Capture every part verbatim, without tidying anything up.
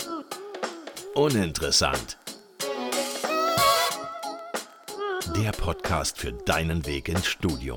Uninteressant. Der Podcast für deinen Weg ins Studium.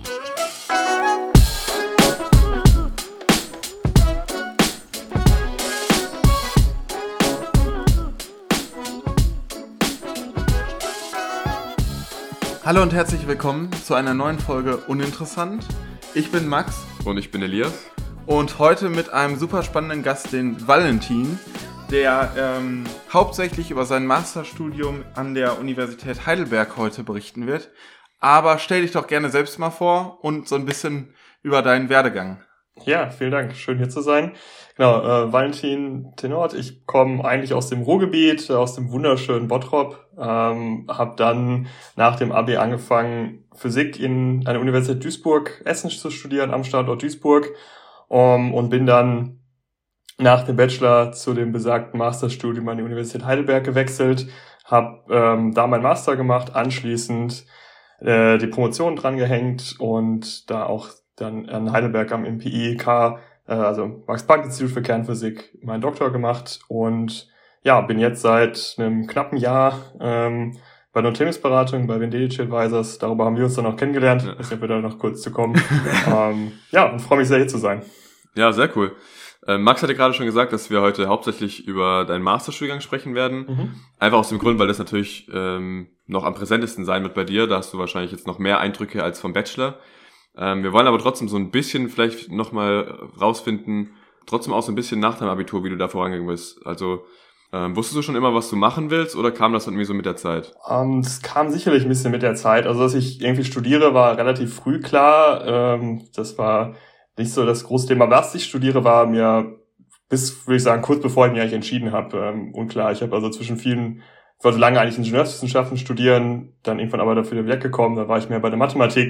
Hallo und herzlich willkommen zu einer neuen Folge Uninteressant. Ich bin Max. Und ich bin Elias. Und heute mit einem super spannenden Gast, den Valentin, der ähm, hauptsächlich über sein Masterstudium an der Universität Heidelberg heute berichten wird. Aber stell dich doch gerne selbst mal vor und so ein bisschen über deinen Werdegang. Ja, vielen Dank. Schön hier zu sein. Genau, äh, Valentin Tenort. Ich komme eigentlich aus dem Ruhrgebiet, aus dem wunderschönen Bottrop. Ähm, habe dann nach dem Abi angefangen, Physik in einer Universität Duisburg-Essen zu studieren, am Standort Duisburg. Um, und bin dann nach dem Bachelor zu dem besagten Masterstudium an die Universität Heidelberg gewechselt. Habe ähm, da meinen Master gemacht, anschließend äh, die Promotion dran gehängt und da auch dann an Heidelberg am M P I K, äh, also Max-Planck-Institut für Kernphysik, meinen Doktor gemacht und ja, bin jetzt seit einem knappen Jahr ähm, bei der Unternehmensberatung, bei Vendelici Advisors. Darüber haben wir uns dann auch kennengelernt. Ja. Ich habe da noch kurz zu kommen. ähm, ja, und freue mich sehr, hier zu sein. Ja, sehr cool. Äh, Max hatte gerade schon gesagt, dass wir heute hauptsächlich über deinen Masterstudiengang sprechen werden. Mhm. Einfach aus dem Grund, weil das natürlich ähm, noch am präsentesten sein wird bei dir. Da hast du wahrscheinlich jetzt noch mehr Eindrücke als vom Bachelor. Ähm, wir wollen aber trotzdem so ein bisschen vielleicht nochmal rausfinden, trotzdem auch so ein bisschen nach deinem Abitur, wie du da vorangegangen bist. Also ähm, wusstest du schon immer, was du machen willst, oder kam das irgendwie so mit der Zeit? Um, das kam sicherlich ein bisschen mit der Zeit. Also, dass ich irgendwie studiere, war relativ früh klar. Ähm, das war nicht so das große Thema. Was ich studiere, war mir bis, würde ich sagen, kurz bevor ich mich eigentlich entschieden habe, ähm, unklar. Ich habe also zwischen vielen, ich wollte lange eigentlich Ingenieurswissenschaften studieren, dann irgendwann aber dafür weggekommen, da war ich mehr bei der Mathematik.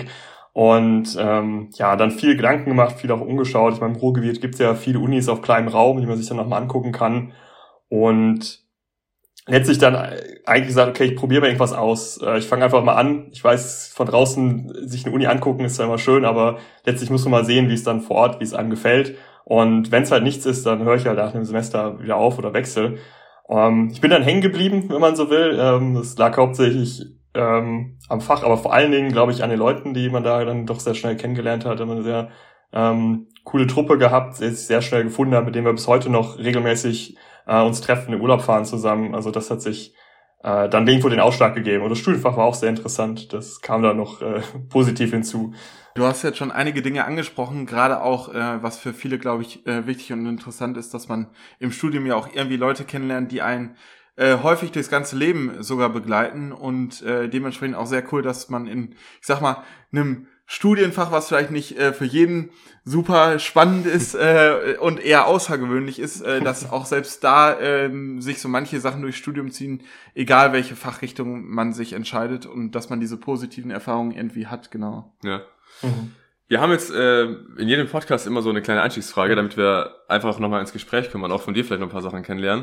Und ähm, ja, dann viel Gedanken gemacht, viel auch umgeschaut. Ich meine, im Ruhrgebiet gibt es ja viele Unis auf kleinem Raum, die man sich dann nochmal angucken kann. Und letztlich dann eigentlich gesagt, okay, ich probiere mal irgendwas aus. Ich fange einfach mal an. Ich weiß, von draußen sich eine Uni angucken ist ja immer schön, aber letztlich muss man mal sehen, wie es dann vor Ort, wie es einem gefällt. Und wenn es halt nichts ist, dann höre ich halt nach einem Semester wieder auf oder wechsle. Ähm, ich bin dann hängen geblieben, wenn man so will. Ähm, das lag hauptsächlich ähm, am Fach, aber vor allen Dingen, glaube ich, an den Leuten, die man da dann doch sehr schnell kennengelernt hat. Da haben wir eine sehr ähm, coole Truppe gehabt, sehr, sehr schnell gefunden hat, mit denen wir bis heute noch regelmäßig äh, uns treffen, in Urlaub fahren zusammen. Also das hat sich äh, dann irgendwo den Ausschlag gegeben. Und das Studienfach war auch sehr interessant. Das kam da noch äh, positiv hinzu. Du hast jetzt schon einige Dinge angesprochen, gerade auch, äh, was für viele, glaube ich, äh, wichtig und interessant ist, dass man im Studium ja auch irgendwie Leute kennenlernt, die einen äh, häufig durchs ganze Leben sogar begleiten und äh, dementsprechend auch sehr cool, dass man in, ich sag mal, einem Studienfach, was vielleicht nicht äh, für jeden super spannend ist äh, und eher außergewöhnlich ist, äh, dass auch selbst da äh, sich so manche Sachen durchs Studium ziehen, egal welche Fachrichtung man sich entscheidet und dass man diese positiven Erfahrungen irgendwie hat, genau. Ja. Mhm. Wir haben jetzt äh, in jedem Podcast immer so eine kleine Einstiegsfrage, damit wir einfach nochmal ins Gespräch kommen und auch von dir vielleicht noch ein paar Sachen kennenlernen.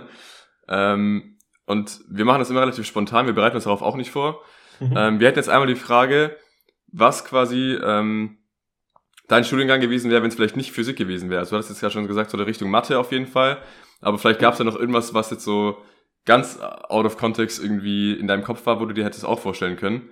Ähm, und wir machen das immer relativ spontan, wir bereiten uns darauf auch nicht vor. Mhm. Ähm, wir hätten jetzt einmal die Frage, was quasi ähm, dein Studiengang gewesen wäre, wenn es vielleicht nicht Physik gewesen wäre. Also du hast jetzt ja schon gesagt, so in Richtung Mathe auf jeden Fall, aber vielleicht gab es ja noch irgendwas, was jetzt so ganz out of context irgendwie in deinem Kopf war, wo du dir hättest auch vorstellen können.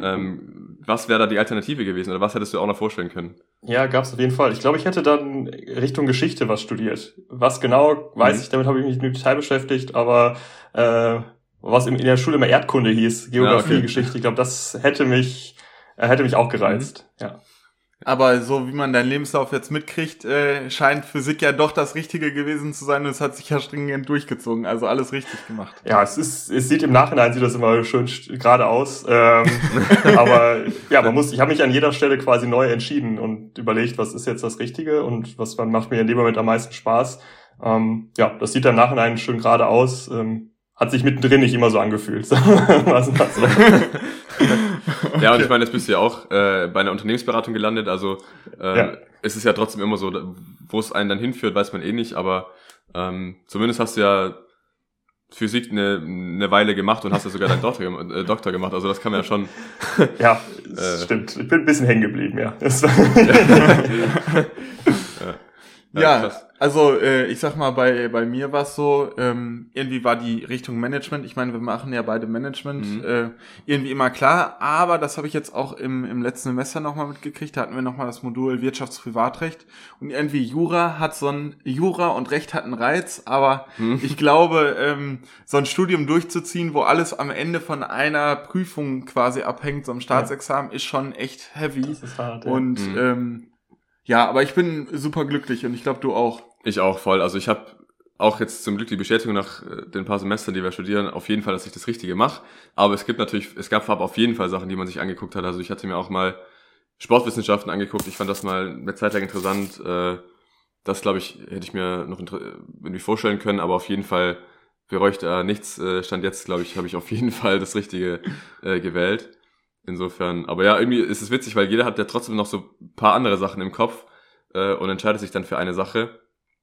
Ähm, was wäre da die Alternative gewesen oder was hättest du auch noch vorstellen können? Ja, gab es auf jeden Fall. Ich glaube, ich hätte dann Richtung Geschichte was studiert. Was genau, weiß mhm. ich, damit habe ich mich nicht im Detail beschäftigt, aber äh, was in der Schule immer Erdkunde hieß, Geografie, ja, okay. Geschichte, ich glaube, das hätte mich hätte mich auch gereizt, mhm. ja. Aber so wie man deinen Lebenslauf jetzt mitkriegt, äh, scheint Physik ja doch das Richtige gewesen zu sein und es hat sich ja stringent durchgezogen, also alles richtig gemacht. Ja, es ist, es sieht im Nachhinein sieht das immer schön gerade aus, ähm, aber ja, man muss, ich habe mich an jeder Stelle quasi neu entschieden und überlegt, was ist jetzt das Richtige und was macht mir in dem Moment am meisten Spaß. Ähm, ja, das sieht dann im Nachhinein schön gerade aus, ähm, hat sich mittendrin nicht immer so angefühlt. Was war's so. Ja, und ich meine, jetzt bist du ja auch äh, bei einer Unternehmensberatung gelandet, also äh, ja. Es ist ja trotzdem immer so, wo es einen dann hinführt, weiß man eh nicht, aber ähm, zumindest hast du ja Physik eine, eine Weile gemacht und hast ja sogar deinen Doktor, äh, Doktor gemacht, also das kann man ja schon... Ja, das äh, stimmt, ich bin ein bisschen hängen geblieben, ja. ja. Ja, ja, Also äh, ich sag mal, bei bei mir war es so, ähm, irgendwie war die Richtung Management, ich meine, wir machen ja beide Management, mhm. äh, irgendwie immer klar, aber das habe ich jetzt auch im im letzten Semester nochmal mitgekriegt, da hatten wir nochmal das Modul Wirtschaftsprivatrecht und irgendwie Jura hat so ein, Jura und Recht hat einen Reiz, aber mhm. ich glaube, ähm, so ein Studium durchzuziehen, wo alles am Ende von einer Prüfung quasi abhängt, so ein Staatsexamen, ja. ist schon echt heavy. Das ist hart, ja. Und mhm. ähm, ja, aber ich bin super glücklich und ich glaube, du auch. Ich auch voll. Also ich habe auch jetzt zum Glück die Bestätigung nach den paar Semestern, die wir studieren, auf jeden Fall, dass ich das Richtige mache. Aber es gibt natürlich, es gab auf jeden Fall Sachen, die man sich angeguckt hat. Also ich hatte mir auch mal Sportwissenschaften angeguckt. Ich fand das mal eine Zeit lang interessant. Das, glaube ich, hätte ich mir noch irgendwie vorstellen können. Aber auf jeden Fall bereue ich da nichts. Stand jetzt, glaube ich, habe ich auf jeden Fall das Richtige gewählt. Insofern, aber ja, irgendwie ist es witzig, weil jeder hat ja trotzdem noch so ein paar andere Sachen im Kopf äh, und entscheidet sich dann für eine Sache.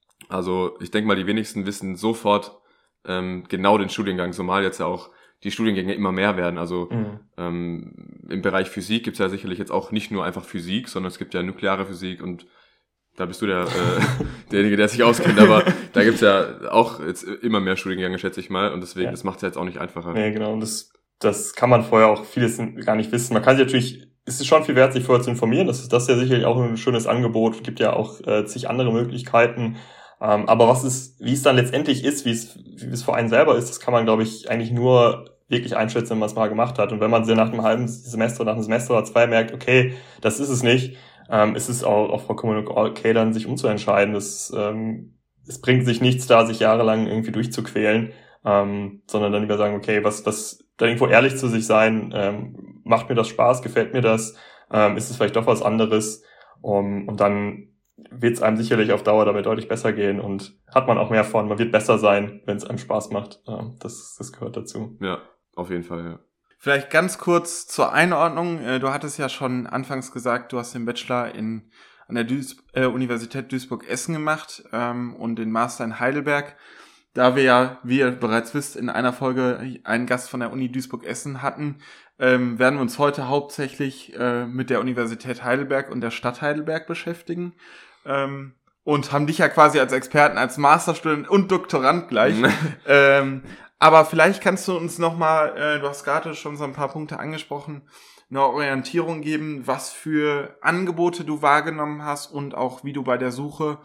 Also ich denke mal, die wenigsten wissen sofort ähm, genau den Studiengang, zumal jetzt ja auch die Studiengänge immer mehr werden. Also mhm. ähm, im Bereich Physik gibt's ja sicherlich jetzt auch nicht nur einfach Physik, sondern es gibt ja nukleare Physik und da bist du der äh, derjenige, der sich auskennt, aber da gibt's ja auch jetzt immer mehr Studiengänge, schätze ich mal, und deswegen, ja. das macht's ja jetzt auch nicht einfacher. Nee, genau, und das Das kann man vorher auch vieles gar nicht wissen. Man kann sich natürlich, es ist schon viel wert, sich vorher zu informieren. Das ist, das ist ja sicherlich auch ein schönes Angebot. Es gibt ja auch äh, zig andere Möglichkeiten. Ähm, aber was ist, wie es dann letztendlich ist, wie es, wie es für einen selber ist, das kann man, glaube ich, eigentlich nur wirklich einschätzen, wenn man es mal gemacht hat. Und wenn man sie nach einem halben Semester, nach einem Semester oder zwei merkt, okay, das ist es nicht, ähm, ist es auch, auch vollkommen okay, dann sich umzuentscheiden. Das, ähm, es bringt sich nichts da, sich jahrelang irgendwie durchzuquälen, ähm, sondern dann lieber sagen, okay, was, was, dann irgendwo ehrlich zu sich sein, ähm, macht mir das Spaß, gefällt mir das, ähm, ist es vielleicht doch was anderes, um, und dann wird es einem sicherlich auf Dauer damit deutlich besser gehen und hat man auch mehr von, man wird besser sein, wenn es einem Spaß macht, ähm, das, das gehört dazu. Ja, auf jeden Fall, ja. Vielleicht ganz kurz zur Einordnung, du hattest ja schon anfangs gesagt, du hast den Bachelor in an der Duis- äh, Universität Duisburg-Essen gemacht ähm, und den Master in Heidelberg. Da wir ja, wie ihr bereits wisst, in einer Folge einen Gast von der Uni Duisburg-Essen hatten, ähm, werden wir uns heute hauptsächlich äh, mit der Universität Heidelberg und der Stadt Heidelberg beschäftigen ähm, und haben dich ja quasi als Experten, als Masterstudent und Doktorand gleich. ähm, aber vielleicht kannst du uns nochmal, äh, du hast gerade schon so ein paar Punkte angesprochen, eine Orientierung geben, was für Angebote du wahrgenommen hast und auch wie du bei der Suche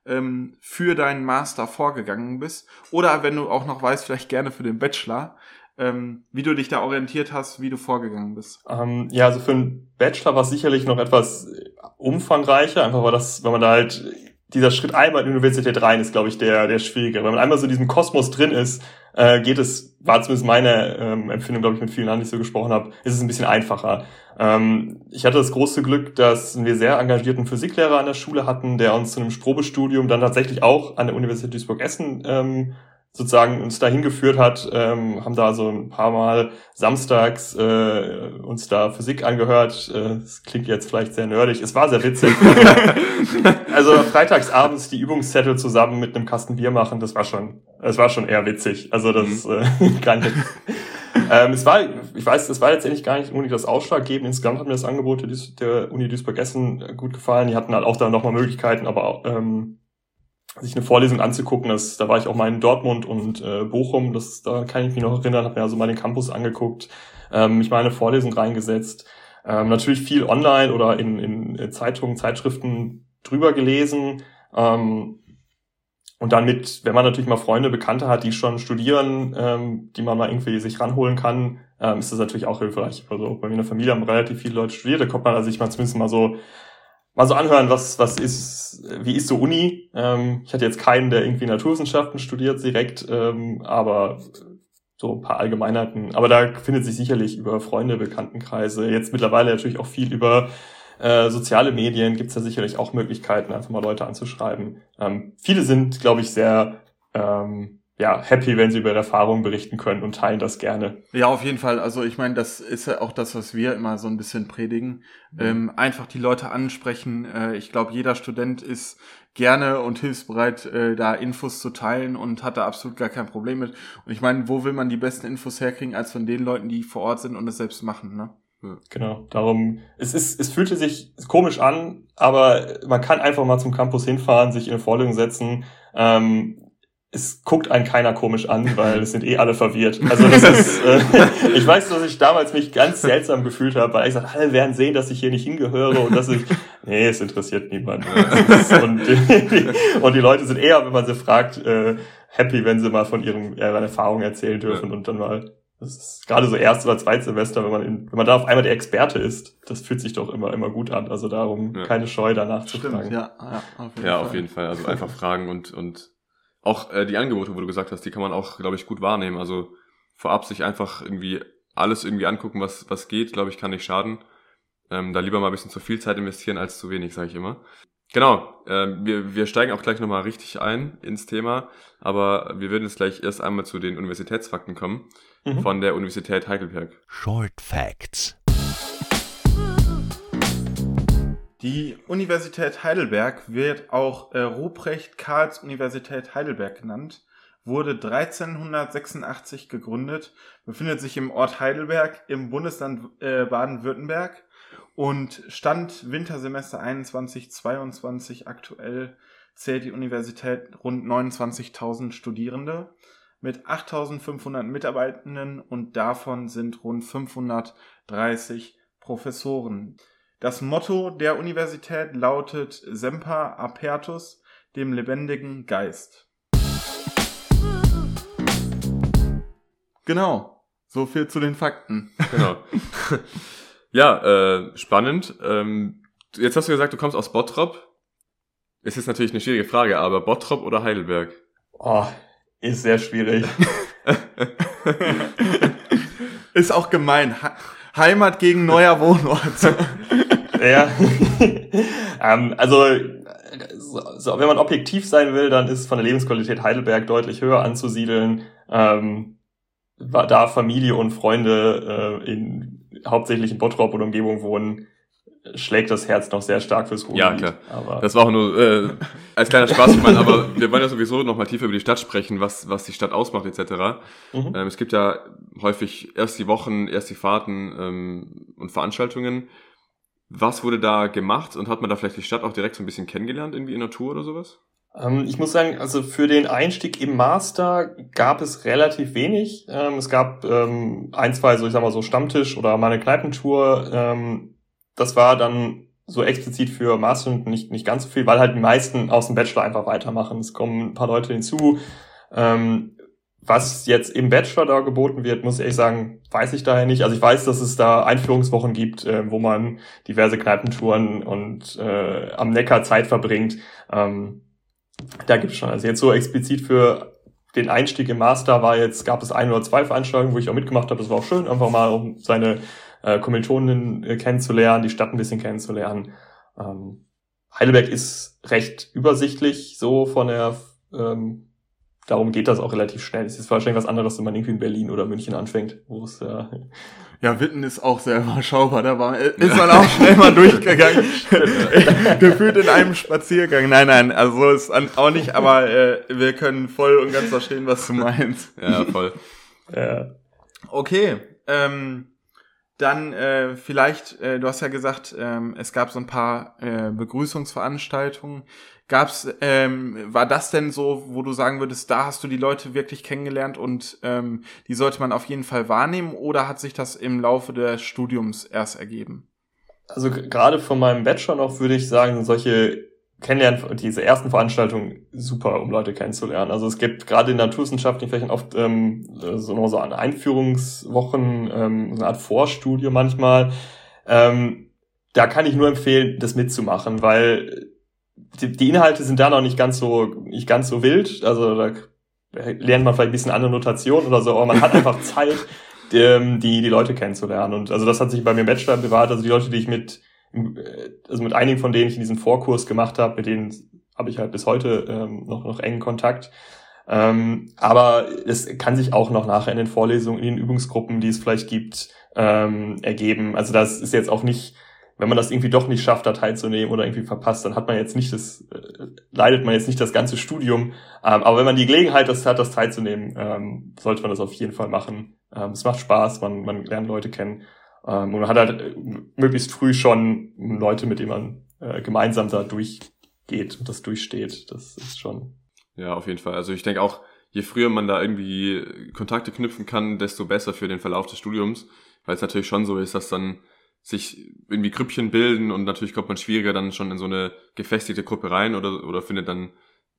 für deinen Master vorgegangen bist. Oder wenn du auch noch weißt, vielleicht gerne für den Bachelor, ähm, wie du dich da orientiert hast, wie du vorgegangen bist. Ähm, ja, also für einen Bachelor war es sicherlich noch etwas umfangreicher, einfach weil das, wenn man da halt, dieser Schritt einmal in die Universität rein ist, glaube ich, der der schwierige. Wenn man einmal so in diesem Kosmos drin ist, äh, geht es, war zumindest meine ähm, Empfindung, glaube ich, mit vielen anderen, die ich so gesprochen habe, ist es ein bisschen einfacher. Ähm, ich hatte das große Glück, dass wir sehr engagierten Physiklehrer an der Schule hatten, der uns zu einem Probestudium dann tatsächlich auch an der Universität Duisburg-Essen ähm, sozusagen uns dahin geführt hat, ähm, haben da so ein paar Mal samstags äh, uns da Physik angehört. Äh, das klingt jetzt vielleicht sehr nerdig. Es war sehr witzig. Also freitags abends die Übungszettel zusammen mit einem Kasten Bier machen, das war schon, das war schon eher witzig. Also das äh, kann ich ähm, es war, ich weiß, es war letztendlich gar nicht unbedingt das Ausschlaggebende. Insgesamt hat mir das Angebot der, der Uni Duisburg-Essen gut gefallen. Die hatten halt auch da nochmal Möglichkeiten, aber auch, ähm, sich eine Vorlesung anzugucken. Das, da war ich auch mal in Dortmund und äh, Bochum. Das, da kann ich mich noch erinnern. Habe mir also mal den Campus angeguckt, ähm, mich mal in eine Vorlesung reingesetzt. Ähm, natürlich viel online oder in, in Zeitungen, Zeitschriften drüber gelesen. Ähm, und dann mit, wenn man natürlich mal Freunde, Bekannte hat, die schon studieren, ähm, die man mal irgendwie sich ranholen kann, ähm, ist das natürlich auch hilfreich. Also bei mir in der Familie haben relativ viele Leute studiert. Da kommt man also sich mal zumindest mal so mal so anhören, was was ist, wie ist so Uni. Ähm, ich hatte jetzt keinen, der irgendwie Naturwissenschaften studiert direkt, ähm, aber so ein paar Allgemeinheiten. Aber da findet sich sicherlich über Freunde, Bekanntenkreise, jetzt mittlerweile natürlich auch viel über äh, soziale Medien, gibt's da sicherlich auch Möglichkeiten, einfach mal Leute anzuschreiben. Ähm, viele sind, glaube ich, sehr ähm, ja happy, wenn sie über ihre Erfahrungen berichten können und teilen das gerne. Ja, auf jeden Fall. Also ich meine, das ist ja auch das, was wir immer so ein bisschen predigen. Mhm. Ähm, einfach die Leute ansprechen. Äh, ich glaube, jeder Student ist gerne und hilfsbereit, äh, da Infos zu teilen und hat da absolut gar kein Problem mit. Und ich meine, wo will man die besten Infos herkriegen, als von den Leuten, die vor Ort sind und es selbst machen, ne? Genau, darum, es ist, es fühlte sich komisch an, aber man kann einfach mal zum Campus hinfahren, sich in eine Vorlesung setzen. Ähm, es guckt einen keiner komisch an, weil es sind eh alle verwirrt. Also das ist, äh, ich weiß, dass ich damals mich ganz seltsam gefühlt habe, weil ich sagte, alle werden sehen, dass ich hier nicht hingehöre und dass ich, nee, es interessiert niemand. und, die, und die Leute sind eher, wenn man sie fragt, äh, happy, wenn sie mal von ihren, ihren Erfahrungen erzählen dürfen und dann mal. Das ist gerade so Erst- oder Zweitsemester, wenn man in, wenn man da auf einmal der Experte ist, das fühlt sich doch immer immer gut an. Also darum ja. keine Scheu danach zu Stimmt, fragen. Ja, ja, auf jeden, ja, Fall. auf jeden Fall. Also einfach fragen und und auch äh, die Angebote, wo du gesagt hast, die kann man auch, glaube ich, gut wahrnehmen. Also vorab sich einfach irgendwie alles irgendwie angucken, was was geht, glaube ich, kann nicht schaden. Ähm, da lieber mal ein bisschen zu viel Zeit investieren als zu wenig, sage ich immer. Genau, äh, wir wir steigen auch gleich nochmal richtig ein ins Thema, aber wir würden jetzt gleich erst einmal zu den Universitätsfakten kommen. Mhm. Von der Universität Heidelberg. Short Facts. Die Universität Heidelberg wird auch äh, Ruprecht-Karls-Universität Heidelberg genannt, wurde dreizehnhundertsechsundachtzig gegründet, befindet sich im Ort Heidelberg im Bundesland äh, Baden-Württemberg und Stand Wintersemester einundzwanzig zweiundzwanzig aktuell zählt die Universität rund neunundzwanzigtausend Studierende mit achttausendfünfhundert Mitarbeitenden und davon sind rund fünfhundertdreißig Professoren. Das Motto der Universität lautet Semper Apertus, dem lebendigen Geist. Genau, so viel zu den Fakten. Genau. Ja, äh, spannend. Ähm, jetzt hast du gesagt, du kommst aus Bottrop. Es ist natürlich eine schwierige Frage, aber Bottrop oder Heidelberg? Oh, ist sehr schwierig. Ist auch gemein. Heimat gegen neuer Wohnort. Ja. ähm, also, so, so, wenn man objektiv sein will, dann ist von der Lebensqualität Heidelberg deutlich höher anzusiedeln. Ähm, da Familie und Freunde äh, in hauptsächlich in Bottrop und Umgebung wohnen, schlägt das Herz noch sehr stark fürs Ruhrgebiet. Ja, klar. Aber das war auch nur äh, als kleiner Spaß gemeint, aber wir wollen ja sowieso noch mal tiefer über die Stadt sprechen, was was die Stadt ausmacht et cetera. Mhm. Ähm, es gibt ja häufig erst die Wochen, erst die Fahrten ähm, und Veranstaltungen. Was wurde da gemacht und hat man da vielleicht die Stadt auch direkt so ein bisschen kennengelernt, irgendwie in der Tour oder sowas? Ähm, ich muss sagen, also für den Einstieg im Master gab es relativ wenig. Ähm, es gab ähm, ein, zwei, so ich sag mal so Stammtisch oder mal eine Kneipentour. Ähm, das war dann so explizit für Master nicht nicht ganz so viel, weil halt die meisten aus dem Bachelor einfach weitermachen. Es kommen ein paar Leute hinzu. Ähm, was jetzt im Bachelor da geboten wird, muss ich ehrlich sagen, weiß ich daher nicht. Also ich weiß, dass es da Einführungswochen gibt, äh, wo man diverse Kneipentouren und äh, am Neckar Zeit verbringt. Ähm, da gibt es schon. Also jetzt so explizit für den Einstieg im Master war jetzt, gab es ein oder zwei Veranstaltungen, wo ich auch mitgemacht habe. Das war auch schön, einfach mal um seine äh, Kommilitonen äh, kennenzulernen, die Stadt ein bisschen kennenzulernen. Ähm, Heidelberg ist recht übersichtlich, so von der, ähm, darum geht das auch relativ schnell. Es ist wahrscheinlich was anderes, wenn man irgendwie in Berlin oder München anfängt, wo es äh, ja, Witten ist auch sehr überschaubar, da war, ist man auch schnell mal durchgegangen, gefühlt in einem Spaziergang. Nein, nein, also so ist auch nicht, aber äh, wir können voll und ganz verstehen, was du meinst. Ja, voll. Ja. Okay, ähm, dann äh, vielleicht, äh, du hast ja gesagt, ähm, es gab so ein paar äh, Begrüßungsveranstaltungen. Gab's, ähm, war das denn so, wo du sagen würdest, da hast du die Leute wirklich kennengelernt und ähm, die sollte man auf jeden Fall wahrnehmen, oder hat sich das im Laufe des Studiums erst ergeben? Also g- gerade von meinem Bachelor noch würde ich sagen, sind solche Kennenlernen, diese ersten Veranstaltungen super, um Leute kennenzulernen. Also es gibt gerade in naturwissenschaftlichen Fächern oft ähm, so noch so eine Einführungswochen, ähm, so eine Art Vorstudium manchmal. Ähm, da kann ich nur empfehlen, das mitzumachen, weil die, die Inhalte sind da noch nicht ganz so nicht ganz so wild. Also da lernt man vielleicht ein bisschen andere Notation oder so, aber man hat einfach Zeit, die, die die Leute kennenzulernen. Und also das hat sich bei mir im Bachelor bewahrt. Also die Leute, die ich mit also mit einigen von denen ich in diesem Vorkurs gemacht habe, mit denen habe ich halt bis heute ähm, noch noch engen Kontakt. Ähm, aber es kann sich auch noch nachher in den Vorlesungen, in den Übungsgruppen, die es vielleicht gibt, ähm, ergeben. Also das ist jetzt auch nicht, wenn man das irgendwie doch nicht schafft, da teilzunehmen oder irgendwie verpasst, dann hat man jetzt nicht das, äh, leidet man jetzt nicht das ganze Studium. Ähm, aber wenn man die Gelegenheit das hat, das teilzunehmen, ähm, sollte man das auf jeden Fall machen. Ähm, es macht Spaß, man man lernt Leute kennen. Ähm, und man hat halt äh, möglichst früh schon Leute, mit denen man äh, gemeinsam da durchgeht und das durchsteht. Das ist schon... Ja, auf jeden Fall. Also ich denke auch, je früher man da irgendwie Kontakte knüpfen kann, desto besser für den Verlauf des Studiums, weil es natürlich schon so ist, dass dann sich irgendwie Grüppchen bilden und natürlich kommt man schwieriger dann schon in so eine gefestigte Gruppe rein oder oder findet dann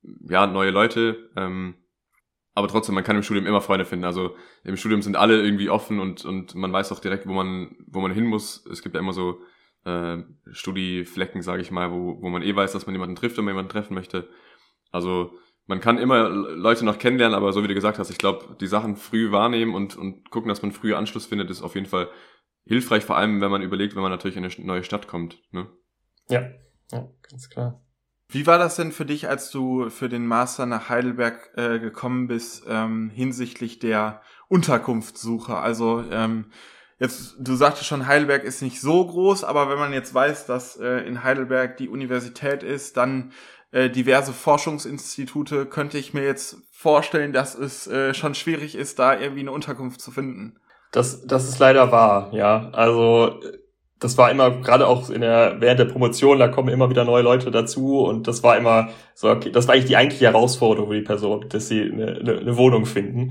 ja neue Leute. Ähm, aber trotzdem, man kann im Studium immer Freunde finden. Also im Studium sind alle irgendwie offen und und man weiß auch direkt, wo man wo man hin muss. Es gibt ja immer so äh, Studiflecken, sage ich mal, wo wo man eh weiß, dass man jemanden trifft, wenn man jemanden treffen möchte. Also man kann immer Leute noch kennenlernen, aber so wie du gesagt hast, ich glaube, die Sachen früh wahrnehmen und und gucken, dass man früh Anschluss findet, ist auf jeden Fall hilfreich, vor allem, wenn man überlegt, wenn man natürlich in eine neue Stadt kommt. Ne? Ja, ja, ganz klar. Wie war das denn für dich, als du für den Master nach Heidelberg äh, gekommen bist, ähm, hinsichtlich der Unterkunftssuche? Also ähm, jetzt, du sagtest schon, Heidelberg ist nicht so groß, aber wenn man jetzt weiß, dass äh, in Heidelberg die Universität ist, dann äh, diverse Forschungsinstitute, könnte ich mir jetzt vorstellen, dass es äh, schon schwierig ist, da irgendwie eine Unterkunft zu finden. Das, das ist leider wahr, ja. Also das war immer, gerade auch in der während der Promotion, da kommen immer wieder neue Leute dazu und das war immer so, okay, das war eigentlich die eigentliche Herausforderung für die Person, dass sie eine, eine, eine Wohnung finden.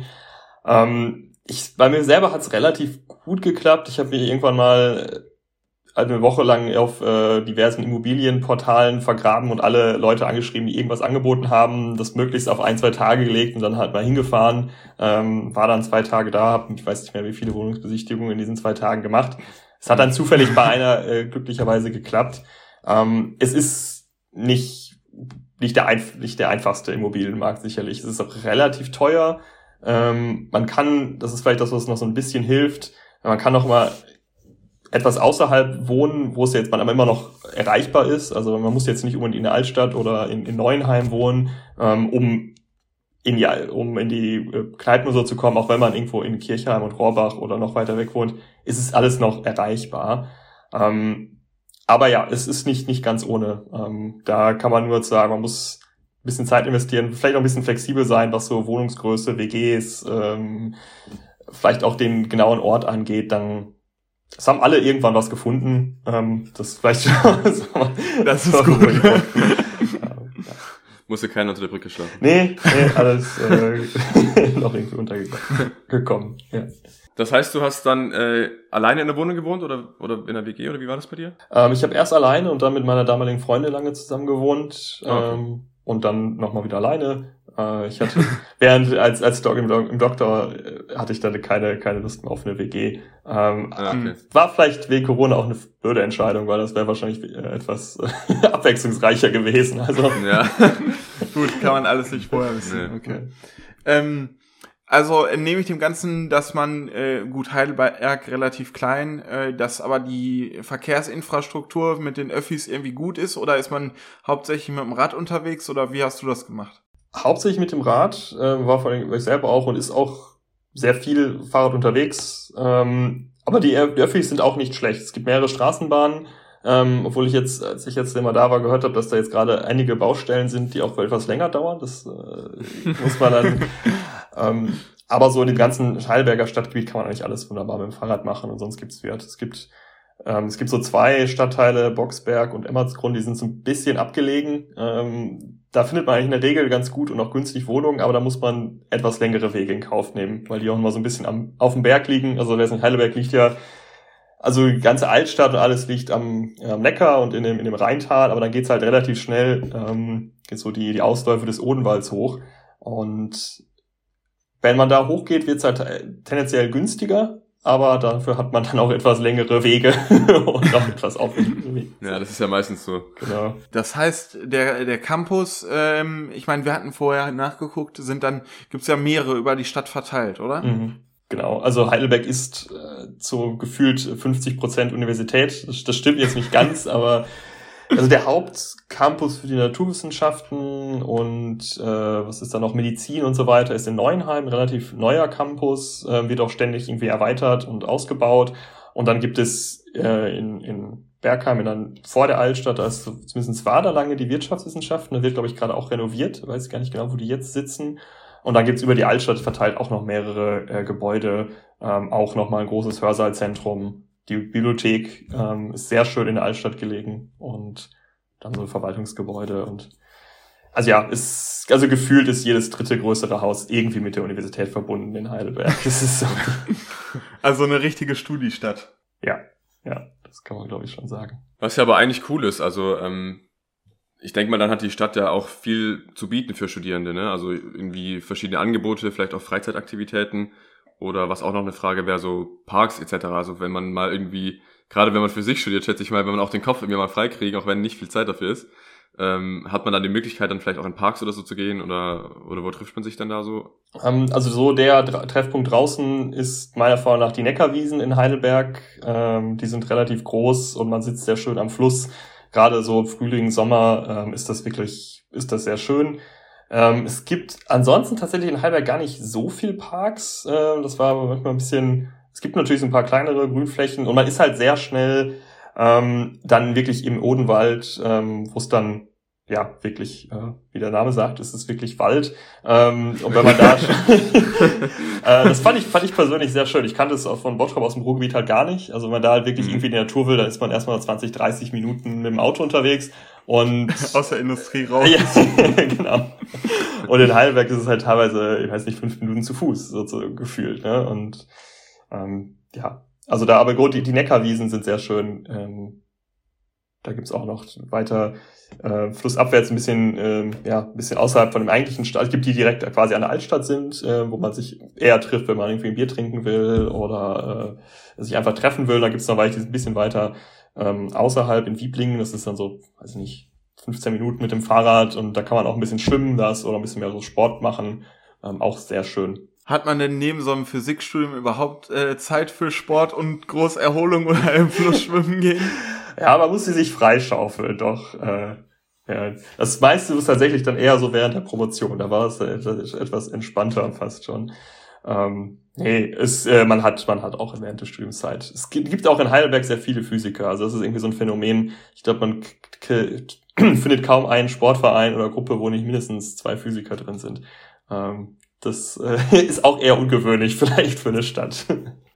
Ähm, ich, bei mir selber hat es relativ gut geklappt. Ich habe mich irgendwann mal eine Woche lang auf äh, diversen Immobilienportalen vergraben und alle Leute angeschrieben, die irgendwas angeboten haben, das möglichst auf ein, zwei Tage gelegt und dann halt mal hingefahren, ähm, war dann zwei Tage da, hab, ich weiß nicht mehr, wie viele Wohnungsbesichtigungen in diesen zwei Tagen gemacht. Es hat dann zufällig bei einer äh, glücklicherweise geklappt. Ähm, es ist nicht nicht der, einf- nicht der einfachste Immobilienmarkt sicherlich. Es ist auch relativ teuer. Ähm, man kann, das ist vielleicht das, was noch so ein bisschen hilft, man kann noch mal etwas außerhalb wohnen, wo es jetzt man aber immer noch erreichbar ist. Also man muss jetzt nicht unbedingt in der Altstadt oder in, in Neuenheim wohnen, ähm, um in die um in die äh, Kneipen so zu kommen, auch wenn man irgendwo in Kirchheim und Rohrbach oder noch weiter weg wohnt, ist es alles noch erreichbar. Ähm, aber ja, es ist nicht nicht ganz ohne. Ähm, da kann man nur sagen, man muss ein bisschen Zeit investieren, vielleicht auch ein bisschen flexibel sein, was so Wohnungsgröße, W Gs, ähm, vielleicht auch den genauen Ort angeht, dann es haben alle irgendwann was gefunden. Ähm, das vielleicht das ist gut. Ja. Musste keiner unter der Brücke schlafen. Nee, nee, alles äh, noch irgendwie untergekommen. Ja. Das heißt, du hast dann äh, alleine in der Wohnung gewohnt oder oder in der W G oder wie war das bei dir? Ähm, ich habe erst alleine und dann mit meiner damaligen Freundin lange zusammen gewohnt. Okay. Ähm, und dann nochmal wieder alleine. Äh, ich hatte, während, als, als Doc im, im Doktor, äh, hatte ich dann keine, keine Lust mehr auf eine W G. Ähm, Ah, okay. War vielleicht wegen Corona auch eine blöde Entscheidung, weil das wäre wahrscheinlich äh, etwas äh, abwechslungsreicher gewesen. Also, Ja. Gut, kann man alles nicht vorher wissen. Nee. Okay. Ähm, also entnehme ich dem Ganzen, dass man, äh, gut, Heidelberg relativ klein, äh, dass aber die Verkehrsinfrastruktur mit den Öffis irgendwie gut ist, oder ist man hauptsächlich mit dem Rad unterwegs, oder wie hast du das gemacht? hauptsächlich mit dem Rad, äh, war vor allem ich selber auch und ist auch sehr viel Fahrrad unterwegs. Ähm, aber die, die Öffis sind auch nicht schlecht. Es gibt mehrere Straßenbahnen, ähm, obwohl ich jetzt, als ich jetzt immer da war, gehört habe, dass da jetzt gerade einige Baustellen sind, die auch etwas länger dauern. Das äh, muss man dann... ähm, aber so in dem ganzen Heidelberger Stadtgebiet kann man eigentlich alles wunderbar mit dem Fahrrad machen und sonst gibt's Wert. Es gibt ähm, es gibt so zwei Stadtteile, Boxberg und Emmertsgrund, die sind so ein bisschen abgelegen. Ähm, da findet man eigentlich in der Regel ganz gut und auch günstig Wohnungen, aber da muss man etwas längere Wege in Kauf nehmen, weil die auch immer so ein bisschen am auf dem Berg liegen. Also der in Heidelberg liegt ja, also die ganze Altstadt und alles liegt am, ja, am Neckar und in dem in dem Rheintal, aber dann geht's halt relativ schnell ähm, geht so die die Ausläufe des Odenwalds hoch und wenn man da hochgeht, wird's halt tendenziell günstiger, aber dafür hat man dann auch etwas längere Wege und auch etwas aufwendigere Wege. Ja, das ist ja meistens so. Genau. Das heißt, der der Campus, ähm, ich meine, wir hatten vorher nachgeguckt, sind dann, gibt's ja mehrere über die Stadt verteilt, oder? Mhm. Genau, also Heidelberg ist äh, so gefühlt fünfzig Prozent Universität. Das, das stimmt jetzt nicht ganz, aber also der Hauptcampus für die Naturwissenschaften und äh, was ist da noch, Medizin und so weiter, ist in Neuenheim, ein relativ neuer Campus, äh, wird auch ständig irgendwie erweitert und ausgebaut. Und dann gibt es äh, in, in Bergheim, in der, vor der Altstadt, da ist zumindest war da lange die Wirtschaftswissenschaften, da wird, glaube ich, gerade auch renoviert, ich weiß gar nicht genau, wo die jetzt sitzen. Und dann gibt's über die Altstadt verteilt auch noch mehrere äh, Gebäude, ähm, auch nochmal ein großes Hörsaalzentrum. die Bibliothek ähm, ist sehr schön in der Altstadt gelegen und dann so Verwaltungsgebäude und also ja, ist, also gefühlt ist jedes dritte größere Haus irgendwie mit der Universität verbunden in Heidelberg. Das ist so. Also eine richtige Studiestadt. Ja, ja, das kann man glaube ich schon sagen. Was ja aber eigentlich cool ist, also ähm, ich denke mal, dann hat die Stadt ja auch viel zu bieten für Studierende, ne? Also irgendwie verschiedene Angebote, vielleicht auch Freizeitaktivitäten oder was auch noch eine Frage wäre, so Parks et cetera. Also wenn man mal irgendwie, gerade wenn man Physik studiert, schätze ich mal, wenn man auch den Kopf irgendwie mal frei kriegt, auch wenn nicht viel Zeit dafür ist, ähm, hat man dann die Möglichkeit, dann vielleicht auch in Parks oder so zu gehen oder oder wo trifft man sich dann da so? Ähm, also so der Dra- Treffpunkt draußen ist meiner Erfahrung nach die Neckarwiesen in Heidelberg. Ähm, die sind relativ groß und man sitzt sehr schön am Fluss. Gerade so Frühling, Sommer ähm, ist das wirklich, ist das sehr schön. Ähm, es gibt ansonsten tatsächlich in Heidelberg gar nicht so viel Parks. Äh, das war aber manchmal ein bisschen, es gibt natürlich so ein paar kleinere Grünflächen und man ist halt sehr schnell ähm, dann wirklich im Odenwald, ähm, wo es dann ja wirklich, äh, wie der Name sagt, es ist wirklich Wald. Ähm, und wenn man da, äh, das fand ich fand ich persönlich sehr schön. Ich kannte es auch von Bottrop aus dem Ruhrgebiet halt gar nicht. Also wenn man da halt wirklich irgendwie in die Natur will, dann ist man erstmal zwanzig, dreißig Minuten mit dem Auto unterwegs und aus der Industrie raus. Ja, genau. Und in Heidelberg ist es halt teilweise, ich weiß nicht, fünf Minuten zu Fuß, so, so gefühlt, ne? Und ähm, ja, also da, aber gut, die, die Neckarwiesen sind sehr schön. Ähm, da gibt's auch noch weiter äh, flussabwärts ein bisschen, äh, ja, ein bisschen außerhalb von dem eigentlichen Stadt. Es gibt die direkt quasi an der Altstadt sind, äh, wo man sich eher trifft, wenn man irgendwie ein Bier trinken will oder äh, sich einfach treffen will. Da gibt's noch ein bisschen weiter ähm, außerhalb in Wieblingen. Das ist dann so, weiß ich nicht, fünfzehn Minuten mit dem Fahrrad und da kann man auch ein bisschen schwimmen das oder ein bisschen mehr so Sport machen. Ähm, auch sehr schön. Hat man denn neben so einem Physikstudium überhaupt äh, Zeit für Sport und Großerholung oder im Fluss schwimmen gehen? Ja, man muss sie sich freischaufeln, doch. Äh, ja. Das meiste ist tatsächlich dann eher so während der Promotion. Da war es etwas, etwas entspannter fast schon. Ähm, nee, es, äh, man hat man hat auch während der Studiumszeit. Es gibt auch in Heidelberg sehr viele Physiker. Also das ist irgendwie so ein Phänomen. Ich glaube, man k- k- findet kaum einen Sportverein oder Gruppe, wo nicht mindestens zwei Physiker drin sind. Ähm, Das äh, ist auch eher ungewöhnlich vielleicht für eine Stadt.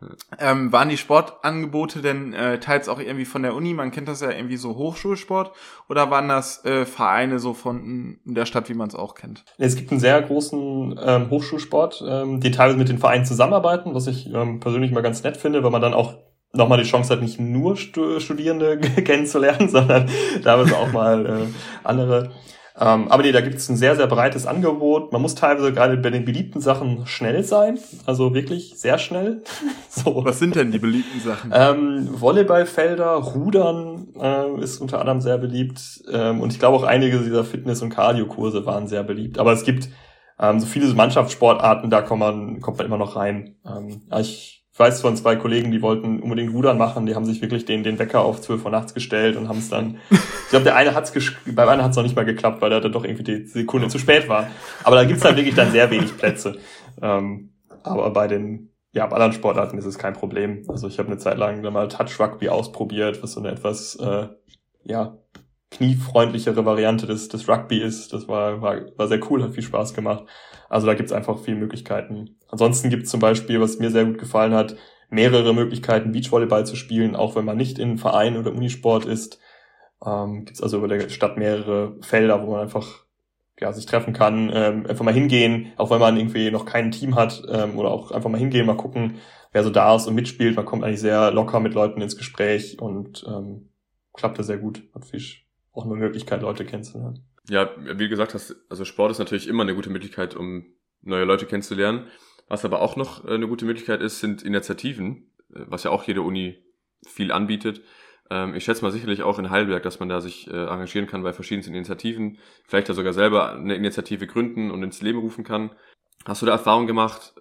Ähm, waren die Sportangebote denn äh, teils auch irgendwie von der Uni? Man kennt das ja irgendwie so Hochschulsport. Oder waren das äh, Vereine so von der Stadt, wie man es auch kennt? Es gibt einen sehr großen ähm, Hochschulsport, ähm, die teilweise mit den Vereinen zusammenarbeiten, was ich ähm, persönlich mal ganz nett finde, weil man dann auch nochmal die Chance hat, nicht nur Stu- Studierende kennenzulernen, sondern teilweise auch mal äh, andere. Ähm, aber nee, da gibt es ein sehr, sehr breites Angebot. Man muss teilweise gerade bei den beliebten Sachen schnell sein, also wirklich sehr schnell. So. Was sind denn die beliebten Sachen? Ähm, Volleyballfelder, Rudern äh, ist unter anderem sehr beliebt ähm, und ich glaube auch einige dieser Fitness- und Cardio-Kurse waren sehr beliebt. Aber es gibt ähm, so viele Mannschaftssportarten, da kommt man, kommt man immer noch rein. Ähm, ich Ich weiß von zwei Kollegen, die wollten unbedingt Rudern machen, die haben sich wirklich den den Wecker auf zwölf Uhr nachts gestellt und haben es dann, ich glaube, der eine hat's gesch- beim einen hat's noch nicht mal geklappt, weil er dann doch irgendwie die Sekunde zu spät war. Aber da gibt's dann wirklich dann sehr wenig Plätze. Ähm, aber bei den ja, bei anderen Sportarten ist es kein Problem. Also ich habe eine Zeit lang dann mal Touch Rugby ausprobiert, was so eine etwas äh, ja kniefreundlichere Variante des des Rugby ist. Das war war war sehr cool, hat viel Spaß gemacht. Also da gibt's einfach viele Möglichkeiten. Ansonsten gibt's zum Beispiel, was mir sehr gut gefallen hat, mehrere Möglichkeiten, Beachvolleyball zu spielen, auch wenn man nicht in Verein oder Unisport ist. Ähm, gibt's also über der Stadt mehrere Felder, wo man einfach ja sich treffen kann, ähm, einfach mal hingehen, auch wenn man irgendwie noch kein Team hat, ähm, oder auch einfach mal hingehen, mal gucken, wer so da ist und mitspielt. Man kommt eigentlich sehr locker mit Leuten ins Gespräch und ähm, klappte sehr gut. Hat viel auch eine Möglichkeit, Leute kennenzulernen. Ja, wie du gesagt hast, also Sport ist natürlich immer eine gute Möglichkeit, um neue Leute kennenzulernen. Was aber auch noch eine gute Möglichkeit ist, sind Initiativen, was ja auch jede Uni viel anbietet. Ich schätze mal sicherlich auch in Heidelberg, dass man da sich engagieren kann bei verschiedensten Initiativen, vielleicht da sogar selber eine Initiative gründen und ins Leben rufen kann. Hast du da Erfahrung gemacht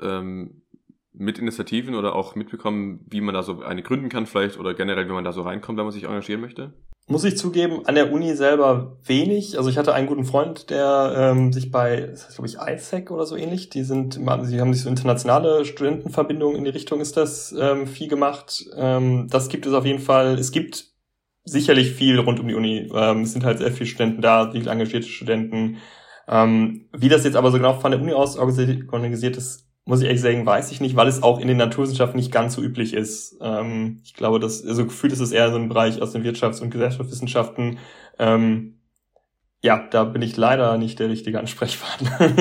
mit Initiativen oder auch mitbekommen, wie man da so eine gründen kann vielleicht oder generell, wie man da so reinkommt, wenn man sich engagieren möchte? Muss ich zugeben, an der Uni selber wenig. Also ich hatte einen guten Freund, der ähm, sich bei, das heißt glaube ich I S E C oder so ähnlich, die sind, sie haben sich so internationale Studentenverbindungen in die Richtung, ist das ähm, viel gemacht. Ähm, das gibt es auf jeden Fall. Es gibt sicherlich viel rund um die Uni. Ähm, es sind halt sehr viele Studenten da, viele engagierte Studenten. Ähm, wie das jetzt aber so genau von der Uni aus organisiert ist, muss ich ehrlich sagen, weiß ich nicht, weil es auch in den Naturwissenschaften nicht ganz so üblich ist. Ähm, ich glaube, dass, also gefühlt ist es eher so ein Bereich aus den Wirtschafts- und Gesellschaftswissenschaften. Ähm, ja, da bin ich leider nicht der richtige Ansprechpartner.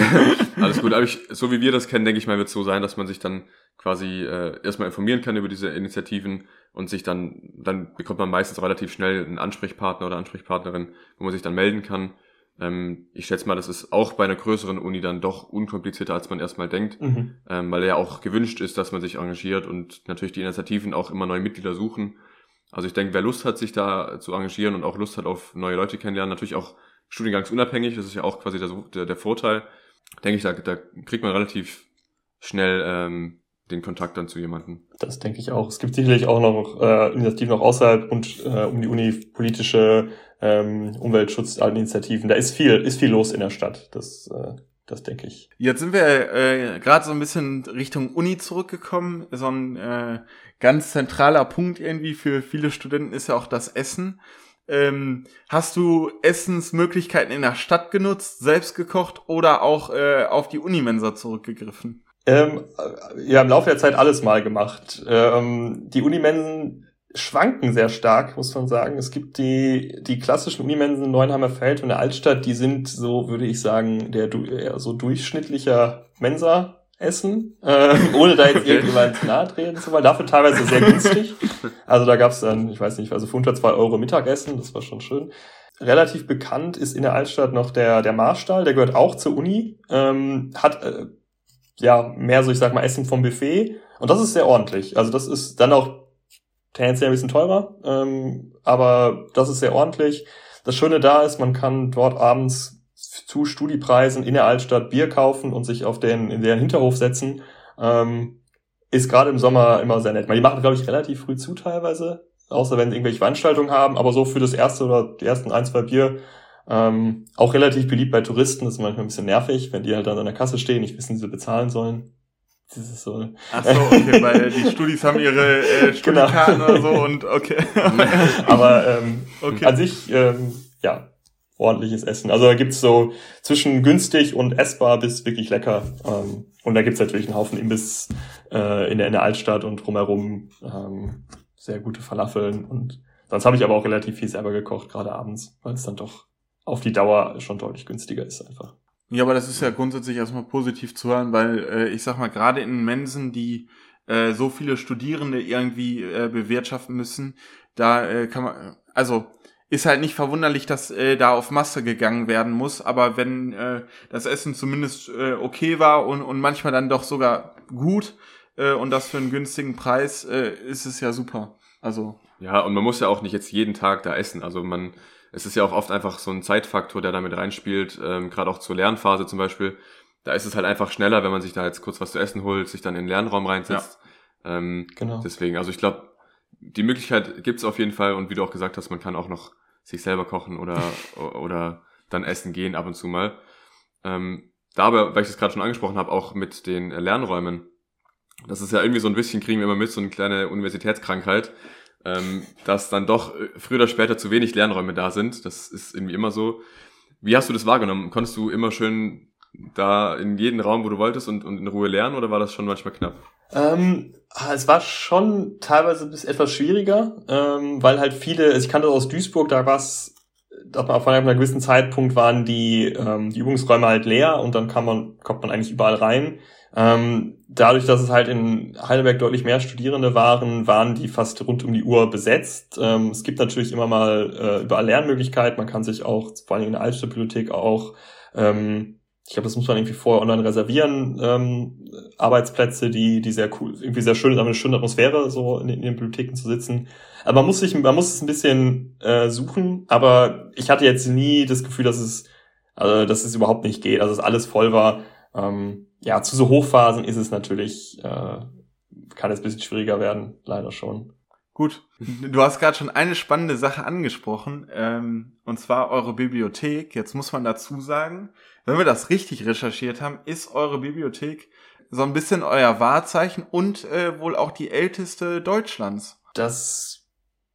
Alles gut, aber ich, so wie wir das kennen, denke ich mal, wird es so sein, dass man sich dann quasi äh, erstmal informieren kann über diese Initiativen und sich dann, dann bekommt man meistens relativ schnell einen Ansprechpartner oder Ansprechpartnerin, wo man sich dann melden kann. Ähm, ich schätze mal, das ist auch bei einer größeren Uni dann doch unkomplizierter, als man erstmal denkt, Mhm. ähm, weil ja auch gewünscht ist, dass man sich engagiert und natürlich die Initiativen auch immer neue Mitglieder suchen. Also ich denke, wer Lust hat, sich da zu engagieren und auch Lust hat auf neue Leute kennenlernen, natürlich auch studiengangsunabhängig, das ist ja auch quasi der, der, der Vorteil, denke ich, da, da kriegt man relativ schnell ähm, den Kontakt dann zu jemandem. Das denke ich auch. Es gibt sicherlich auch noch äh, Initiativen auch außerhalb und äh, um die Uni, politische ähm, Umweltschutzinitiativen. Da ist viel, ist viel los in der Stadt. Das, äh, das denke ich. Jetzt sind wir äh, gerade so ein bisschen Richtung Uni zurückgekommen. So ein äh, ganz zentraler Punkt irgendwie für viele Studenten ist ja auch das Essen. Ähm, hast du Essensmöglichkeiten in der Stadt genutzt, selbst gekocht oder auch äh, auf die Unimensa zurückgegriffen? Ähm, ja, im Laufe der Zeit alles mal gemacht. Ähm, die Unimensen schwanken sehr stark, muss man sagen. Es gibt die die klassischen Unimensen in Neuenheimer Feld und der Altstadt, die sind so, würde ich sagen, der eher so durchschnittlicher Mensa-Essen, ähm, ohne da jetzt Okay. irgendjemand nahe treten zu wollen. Dafür teilweise sehr günstig. Also da gab's dann, ich weiß nicht, also für unter zwei Euro Mittagessen, das war schon schön. Relativ bekannt ist in der Altstadt noch der der Marstall, der gehört auch zur Uni, ähm, hat äh, ja mehr so, ich sag mal, Essen vom Buffet und das ist sehr ordentlich. Also das ist dann auch tendenziell ein bisschen teurer, ähm, aber das ist sehr ordentlich. Das Schöne da ist, man kann dort abends zu Studiepreisen in der Altstadt Bier kaufen und sich auf den in deren Hinterhof setzen. Ähm, ist gerade im Sommer immer sehr nett. Die machen, glaube ich, relativ früh zu teilweise, außer wenn sie irgendwelche Veranstaltungen haben, aber so für das erste oder die ersten ein, zwei Bier ähm, auch relativ beliebt bei Touristen. Das ist manchmal ein bisschen nervig, wenn die halt dann an der Kasse stehen, nicht wissen, wie sie bezahlen sollen. Das ist so. Ach so, okay, weil die Studis haben ihre äh, Studiekarten oder so und okay. Aber ähm, Okay. an sich, ähm, ja, ordentliches Essen. Also da gibt's so zwischen günstig und essbar bis wirklich lecker. Ähm, und da gibt's natürlich einen Haufen Imbiss äh, in, der, in der Altstadt und drumherum ähm, sehr gute Falafeln. Und sonst habe ich aber auch relativ viel selber gekocht, gerade abends, weil es dann doch auf die Dauer schon deutlich günstiger ist einfach. Ja, aber das ist ja grundsätzlich erstmal positiv zu hören, weil äh, ich sag mal, gerade in Mensen, die äh, so viele Studierende irgendwie äh, bewirtschaften müssen, da äh, kann man, also ist halt nicht verwunderlich, dass äh, da auf Masse gegangen werden muss, aber wenn äh, das Essen zumindest äh, okay war und, und manchmal dann doch sogar gut äh, und das für einen günstigen Preis, äh, ist es ja super. Also Ja, und man muss ja auch nicht jetzt jeden Tag da essen. Also man, es ist ja auch oft einfach so ein Zeitfaktor, der damit reinspielt, ähm, gerade auch zur Lernphase zum Beispiel. Da ist es halt einfach schneller, wenn man sich da jetzt kurz was zu essen holt, sich dann in den Lernraum reinsetzt. Ähm, Genau. Deswegen, also ich glaube, die Möglichkeit gibt's auf jeden Fall und wie du auch gesagt hast, man kann auch noch sich selber kochen oder oder dann essen gehen ab und zu mal. Ähm, da aber, weil ich das gerade schon angesprochen habe, auch mit den Lernräumen. Das ist ja irgendwie so ein bisschen, kriegen wir immer mit, so eine kleine Universitätskrankheit, ähm, dass dann doch früher oder später zu wenig Lernräume da sind. Das ist irgendwie immer so. Wie hast du das wahrgenommen? Konntest du immer schön da in jeden Raum, wo du wolltest und, und in Ruhe lernen oder war das schon manchmal knapp? Ähm, es war schon teilweise bis etwas schwieriger, ähm, weil halt viele, ich kannte das aus Duisburg, da war es, dass man auf einem gewissen Zeitpunkt waren die, ähm, die Übungsräume halt leer und dann kann man, kommt man eigentlich überall rein. Ähm, dadurch, dass es halt in Heidelberg deutlich mehr Studierende waren, waren die fast rund um die Uhr besetzt. Ähm, es gibt natürlich immer mal äh, überall Lernmöglichkeiten, man kann sich auch, vor allem in der Altstadtbibliothek auch, ähm, ich glaube, das muss man irgendwie vorher online reservieren, ähm, Arbeitsplätze, die die sehr cool, irgendwie sehr schön, eine schöne Atmosphäre, so in, in den Bibliotheken zu sitzen. Aber man muss sich, man muss es ein bisschen äh, suchen, aber ich hatte jetzt nie das Gefühl, dass es, also, dass es überhaupt nicht geht, also dass alles voll war. Ähm, ja, zu so Hochphasen ist es natürlich, äh, kann es ein bisschen schwieriger werden, leider schon. gut, du hast gerade schon eine spannende Sache angesprochen, ähm, und zwar eure Bibliothek. Jetzt muss man dazu sagen, wenn wir das richtig recherchiert haben, ist eure Bibliothek so ein bisschen euer Wahrzeichen und äh, wohl auch die älteste Deutschlands. Das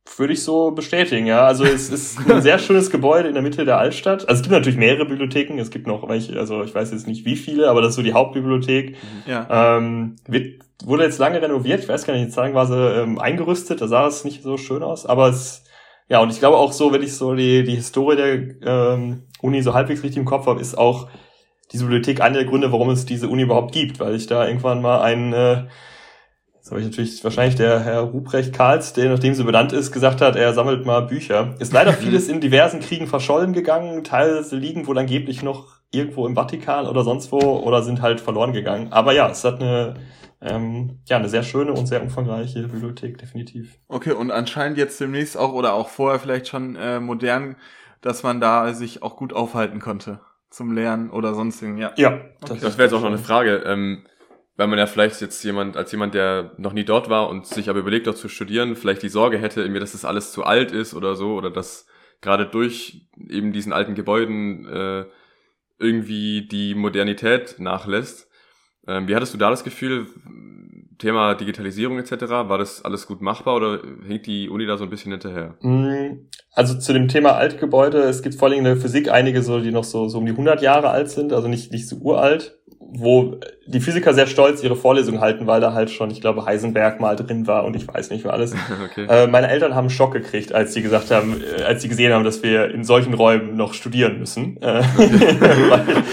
Würde ich so bestätigen, ja. Also es ist ein sehr schönes Gebäude in der Mitte der Altstadt. Also es gibt natürlich mehrere Bibliotheken, es gibt noch welche, also ich weiß jetzt nicht wie viele, aber das ist so die Hauptbibliothek. Ja. Ähm, wird, wurde jetzt lange renoviert, ich weiß gar nicht, jetzt sagen war sie ähm, eingerüstet, da sah es nicht so schön aus, aber es, ja, und ich glaube auch so, wenn ich so die, die Historie der ähm, Uni so halbwegs richtig im Kopf habe, ist auch diese Bibliothek einer der Gründe, warum es diese Uni überhaupt gibt, weil ich da irgendwann mal einen äh, das habe ich natürlich wahrscheinlich der Herr Ruprecht Karls, der nachdem sie benannt ist, gesagt hat, er sammelt mal Bücher. Ist leider vieles in diversen Kriegen verschollen gegangen, teilweise liegen wohl angeblich noch irgendwo im Vatikan oder sonst wo oder sind halt verloren gegangen. Aber ja, es hat eine ähm, ja eine sehr schöne und sehr umfangreiche Bibliothek, definitiv. Okay, und anscheinend jetzt demnächst auch oder auch vorher vielleicht schon äh, modern, dass man da sich auch gut aufhalten konnte zum Lernen oder sonstigen, ja. Ja, das, das wäre jetzt auch noch eine Frage. Ähm, weil man ja vielleicht jetzt jemand, als jemand, der noch nie dort war und sich aber überlegt, dort zu studieren, vielleicht die Sorge hätte, irgendwie, dass das alles zu alt ist oder so, oder dass gerade durch eben diesen alten Gebäuden äh, irgendwie die Modernität nachlässt. Ähm, wie hattest du da das Gefühl, Thema Digitalisierung et cetera, war das alles gut machbar oder hinkt die Uni da so ein bisschen hinterher? Also zu dem Thema Altgebäude, es gibt vor allem in der Physik einige, so, die noch so, so um die hundert Jahre alt sind, also nicht, nicht so uralt, wo die Physiker sehr stolz ihre Vorlesungen halten, weil da halt schon, ich glaube, Heisenberg mal drin war und ich weiß nicht mehr alles. Okay. Äh, meine Eltern haben einen Schock gekriegt, als sie gesagt haben, äh, als sie gesehen haben, dass wir in solchen Räumen noch studieren müssen. Äh, weil,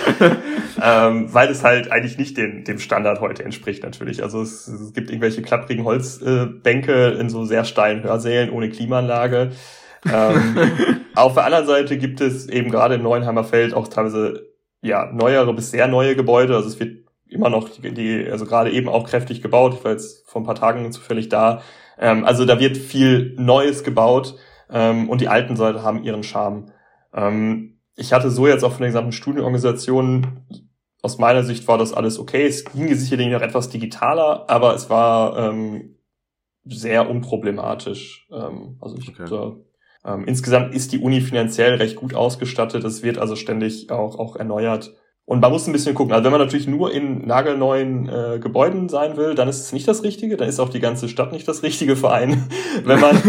ähm, weil es halt eigentlich nicht den, dem Standard heute entspricht natürlich. Also es, es gibt irgendwelche klapprigen Holzbänke äh, in so sehr steilen Hörsälen ohne Klimaanlage. ähm, auf der anderen Seite gibt es eben gerade im Neuenheimer Feld auch teilweise ja neuere bis sehr neue Gebäude. Also es wird immer noch die, die also gerade eben auch kräftig gebaut. Ich war jetzt vor ein paar Tagen zufällig da. Ähm, also da wird viel Neues gebaut ähm, und die alten Säule haben ihren Charme. Ähm, ich hatte so jetzt auch von der gesamten Studienorganisation, aus meiner Sicht war das alles okay. Es ging sicherlich noch etwas digitaler, aber es war ähm, sehr unproblematisch. Ähm, also ich okay. da, ähm, insgesamt ist die Uni finanziell recht gut ausgestattet. Es wird also ständig auch auch erneuert. Und man muss ein bisschen gucken. Also wenn man natürlich nur in nagelneuen äh, Gebäuden sein will, dann ist es nicht das Richtige. Dann ist auch die ganze Stadt nicht das richtige Verein. Wenn man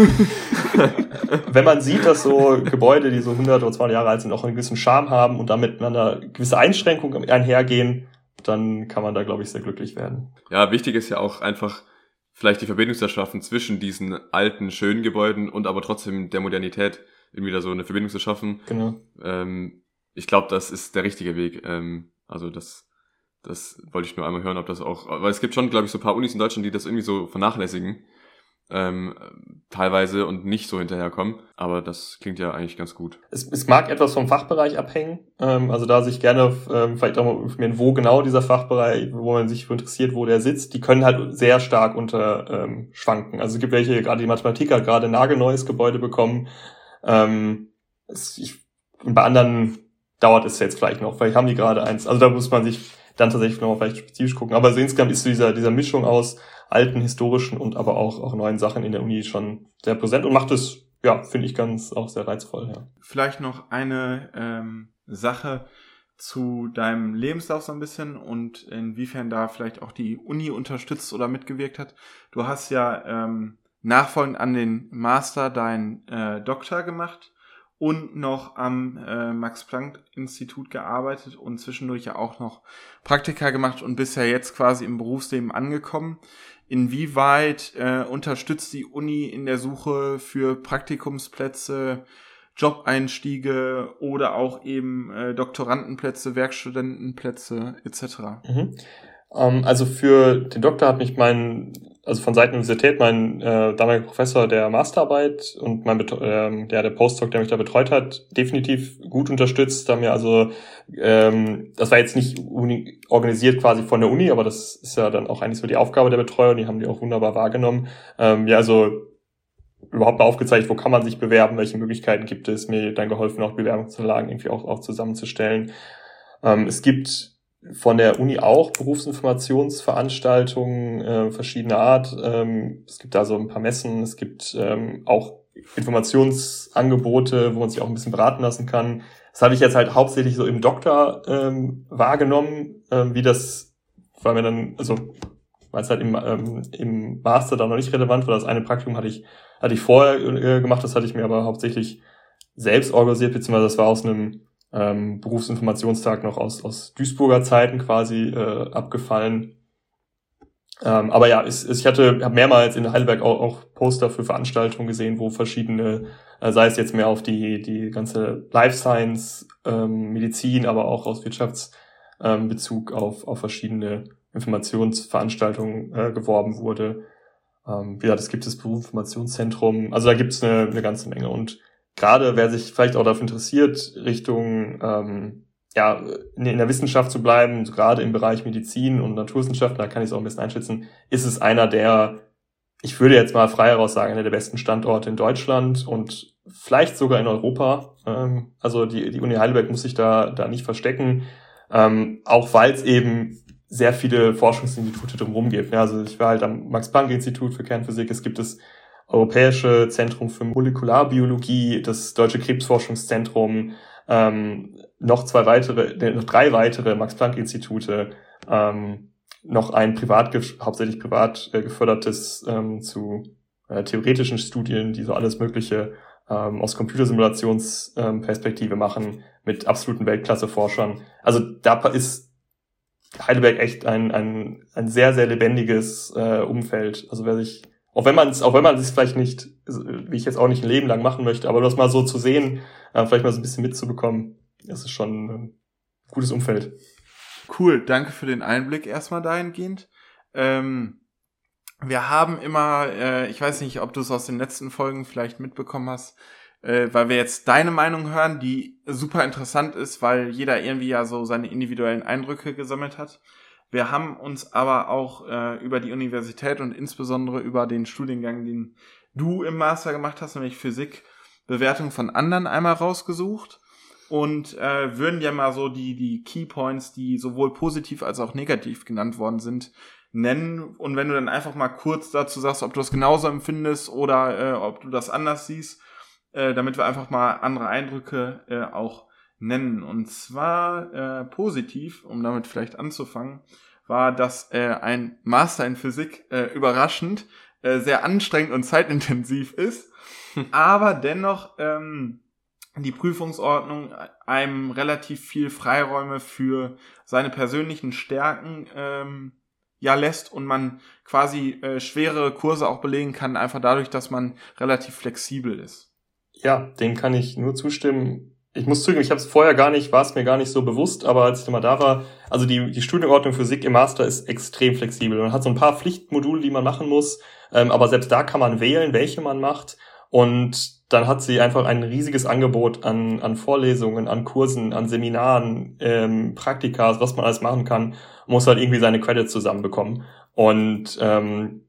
wenn man sieht, dass so Gebäude, die so hundert oder zweihundert Jahre alt sind, auch einen gewissen Charme haben und damit mit einer gewisse Einschränkung einhergehen, dann kann man da, glaube ich, sehr glücklich werden. Ja, wichtig ist ja auch einfach vielleicht die Verbindung zu schaffen zwischen diesen alten, schönen Gebäuden und aber trotzdem der Modernität irgendwie da so eine Verbindung zu schaffen. Genau. Ähm, ich glaube, das ist der richtige Weg. Ähm, also das, das wollte ich nur einmal hören, ob das auch, weil es gibt schon, glaube ich, so ein paar Unis in Deutschland, die das irgendwie so vernachlässigen, ähm, teilweise und nicht so hinterherkommen. Aber das klingt ja eigentlich ganz gut. Es, es mag etwas vom Fachbereich abhängen, ähm, also da sich gerne ähm, vielleicht auch mal informieren, wo genau dieser Fachbereich, wo man sich für interessiert, wo der sitzt, die können halt sehr stark unter ähm, schwanken. Also es gibt welche, gerade die Mathematik hat gerade ein nagelneues Gebäude bekommen. Ähm, es, ich, und bei anderen dauert es jetzt vielleicht noch, vielleicht haben die gerade eins. Also da muss man sich dann tatsächlich noch mal vielleicht spezifisch gucken. Aber so insgesamt ist so dieser, dieser Mischung aus alten, historischen und aber auch, auch neuen Sachen in der Uni schon sehr präsent und macht es, ja, finde ich ganz auch sehr reizvoll, ja. Vielleicht noch eine ähm, Sache zu deinem Lebenslauf so ein bisschen und inwiefern da vielleicht auch die Uni unterstützt oder mitgewirkt hat. Du hast ja ähm, nachfolgend an den Master deinen äh, Doktor gemacht und noch am äh, Max-Planck-Institut gearbeitet und zwischendurch ja auch noch Praktika gemacht und bist ja jetzt quasi im Berufsleben angekommen. Inwieweit äh, unterstützt die Uni in der Suche für Praktikumsplätze, Job-Einstiege oder auch eben äh, Doktorandenplätze, Werkstudentenplätze et cetera? Mhm. Ähm, also für den Doktor hat mich mein, also von Seiten der Universität, mein äh, damaliger Professor der Masterarbeit und mein Bet- äh, der der Postdoc, der mich da betreut hat, definitiv gut unterstützt. Da mir also, ähm, das war jetzt nicht uni- organisiert quasi von der Uni, aber das ist ja dann auch eigentlich so die Aufgabe der Betreuer, die haben die auch wunderbar wahrgenommen. Ähm, ja, also überhaupt mal aufgezeigt, wo kann man sich bewerben, welche Möglichkeiten gibt es, mir dann geholfen, auch Bewerbungsunterlagen irgendwie auch, auch zusammenzustellen. Ähm, es gibt von der Uni auch Berufsinformationsveranstaltungen äh, verschiedener Art. Ähm, es gibt da so ein paar Messen, es gibt ähm, auch Informationsangebote, wo man sich auch ein bisschen beraten lassen kann. Das habe ich jetzt halt hauptsächlich so im Doktor ähm, wahrgenommen, ähm, wie das, weil wir dann, also weil es halt im, ähm, im Master dann noch nicht relevant war. Das eine Praktikum hatte ich, hatte ich vorher äh, gemacht, das hatte ich mir aber hauptsächlich selbst organisiert, beziehungsweise das war aus einem ähm, Berufsinformationstag noch aus, aus Duisburger Zeiten quasi äh, abgefallen. Ähm, aber ja, es, es, ich hatte habe mehrmals in Heidelberg auch, auch Poster für Veranstaltungen gesehen, wo verschiedene, äh, sei es jetzt mehr auf die die ganze Life Science, ähm, Medizin, aber auch aus Wirtschaftsbezug ähm, auf auf verschiedene Informationsveranstaltungen äh, geworben wurde. Ähm, wie gesagt, es gibt das Berufsinformationszentrum, also da gibt es eine, eine ganze Menge. Und gerade wer sich vielleicht auch dafür interessiert, Richtung ähm, ja in, in der Wissenschaft zu bleiben, gerade im Bereich Medizin und Naturwissenschaften, da kann ich es auch ein bisschen einschätzen, ist es einer der, ich würde jetzt mal frei heraus sagen, einer der besten Standorte in Deutschland und vielleicht sogar in Europa. Ähm, also die, die Uni Heidelberg muss sich da, da nicht verstecken, ähm, auch weil es eben sehr viele Forschungsinstitute drumherum gibt. Ja, also ich war halt am Max-Planck-Institut für Kernphysik, es gibt das Europäische Zentrum für Molekularbiologie, das Deutsche Krebsforschungszentrum, ähm, noch zwei weitere, noch drei weitere Max-Planck-Institute, ähm, noch ein privat, hauptsächlich privat äh, gefördertes ähm, zu äh, theoretischen Studien, die so alles Mögliche ähm, aus Computersimulationsperspektive ähm, machen, mit absoluten Weltklasse-Forschern. Also da ist Heidelberg echt ein ein ein sehr, sehr lebendiges äh, Umfeld. Also wer sich, auch wenn man es, auch wenn man es vielleicht nicht, wie ich jetzt auch nicht ein Leben lang machen möchte, aber das mal so zu sehen, äh, vielleicht mal so ein bisschen mitzubekommen, das ist schon ein gutes Umfeld. Cool, danke für den Einblick erstmal dahingehend. Ähm, wir haben immer, äh, ich weiß nicht, ob du es aus den letzten Folgen vielleicht mitbekommen hast, äh, weil wir jetzt deine Meinung hören, die super interessant ist, weil jeder irgendwie ja so seine individuellen Eindrücke gesammelt hat. Wir haben uns aber auch äh, über die Universität und insbesondere über den Studiengang, den du im Master gemacht hast, nämlich Physik, Bewertung von anderen einmal rausgesucht. Und äh, würden ja mal so die die Keypoints, die sowohl positiv als auch negativ genannt worden sind, nennen. Und wenn du dann einfach mal kurz dazu sagst, ob du das genauso empfindest oder äh, ob du das anders siehst, äh, damit wir einfach mal andere Eindrücke äh, auch nennen. Und zwar äh, positiv, um damit vielleicht anzufangen, war, dass äh, ein Master in Physik äh, überraschend äh, sehr anstrengend und zeitintensiv ist, aber dennoch ähm, die Prüfungsordnung einem relativ viel Freiräume für seine persönlichen Stärken ähm, ja lässt und man quasi äh, schwere Kurse auch belegen kann, einfach dadurch, dass man relativ flexibel ist. Ja, dem kann ich nur zustimmen. Ich muss zugeben, ich habe es vorher gar nicht, war es mir gar nicht so bewusst, aber als ich mal da war, also die die Studienordnung Physik im Master ist extrem flexibel. Man hat so ein paar Pflichtmodule, die man machen muss, ähm, aber selbst da kann man wählen, welche man macht. Und dann hat sie einfach ein riesiges Angebot an an Vorlesungen, an Kursen, an Seminaren, ähm, Praktika, was man alles machen kann. Man muss halt irgendwie seine Credits zusammenbekommen. Und ähm,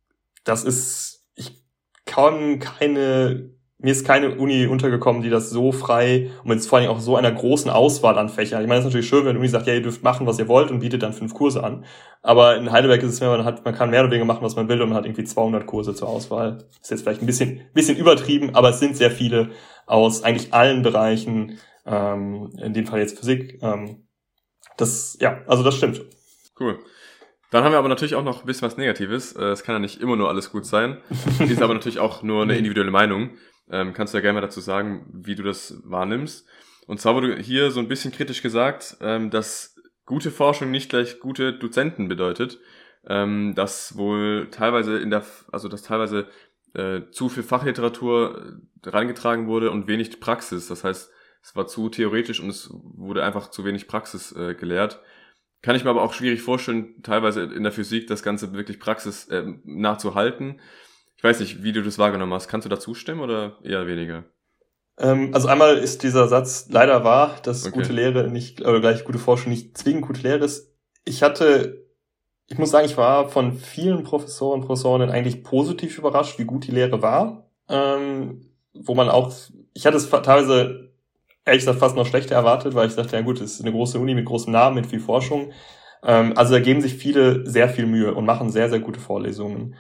das ist, ich kann keine, mir ist keine Uni untergekommen, die das so frei und mit vor allem auch so einer großen Auswahl an Fächern. Ich meine, es ist natürlich schön, wenn die Uni sagt, ja, ihr dürft machen, was ihr wollt und bietet dann fünf Kurse an. Aber in Heidelberg ist es mehr, man hat, man kann mehr oder weniger machen, was man will und man hat irgendwie zweihundert Kurse zur Auswahl. Ist jetzt vielleicht ein bisschen, bisschen übertrieben, aber es sind sehr viele aus eigentlich allen Bereichen, ähm, in dem Fall jetzt Physik. Ähm, das, ja, also das stimmt. Cool. Dann haben wir aber natürlich auch noch ein bisschen was Negatives. Es kann ja nicht immer nur alles gut sein. Ist aber natürlich auch nur eine individuelle Meinung. Ähm, kannst du ja gerne mal dazu sagen, wie du das wahrnimmst. Und zwar wurde hier so ein bisschen kritisch gesagt, ähm, dass gute Forschung nicht gleich gute Dozenten bedeutet. Ähm, dass wohl teilweise in der, also dass teilweise äh, zu viel Fachliteratur reingetragen wurde und wenig Praxis. Das heißt, es war zu theoretisch und es wurde einfach zu wenig Praxis äh, gelehrt. Kann ich mir aber auch schwierig vorstellen, teilweise in der Physik das Ganze wirklich Praxis äh, nachzuhalten. Ich weiß nicht, wie du das wahrgenommen hast. Kannst du da zustimmen oder eher weniger? Ähm, also einmal ist dieser Satz leider wahr, dass Okay. gute Lehre nicht, oder gleich gute Forschung nicht zwingend gute Lehre ist. Ich hatte, ich muss sagen, ich war von vielen Professoren und Professorinnen eigentlich positiv überrascht, wie gut die Lehre war. Ähm, wo man auch, ich hatte es teilweise ehrlich gesagt fast noch schlechter erwartet, weil ich dachte, ja gut, es ist eine große Uni mit großem Namen, mit viel Forschung. Ähm, also da geben sich viele sehr viel Mühe und machen sehr, sehr gute Vorlesungen.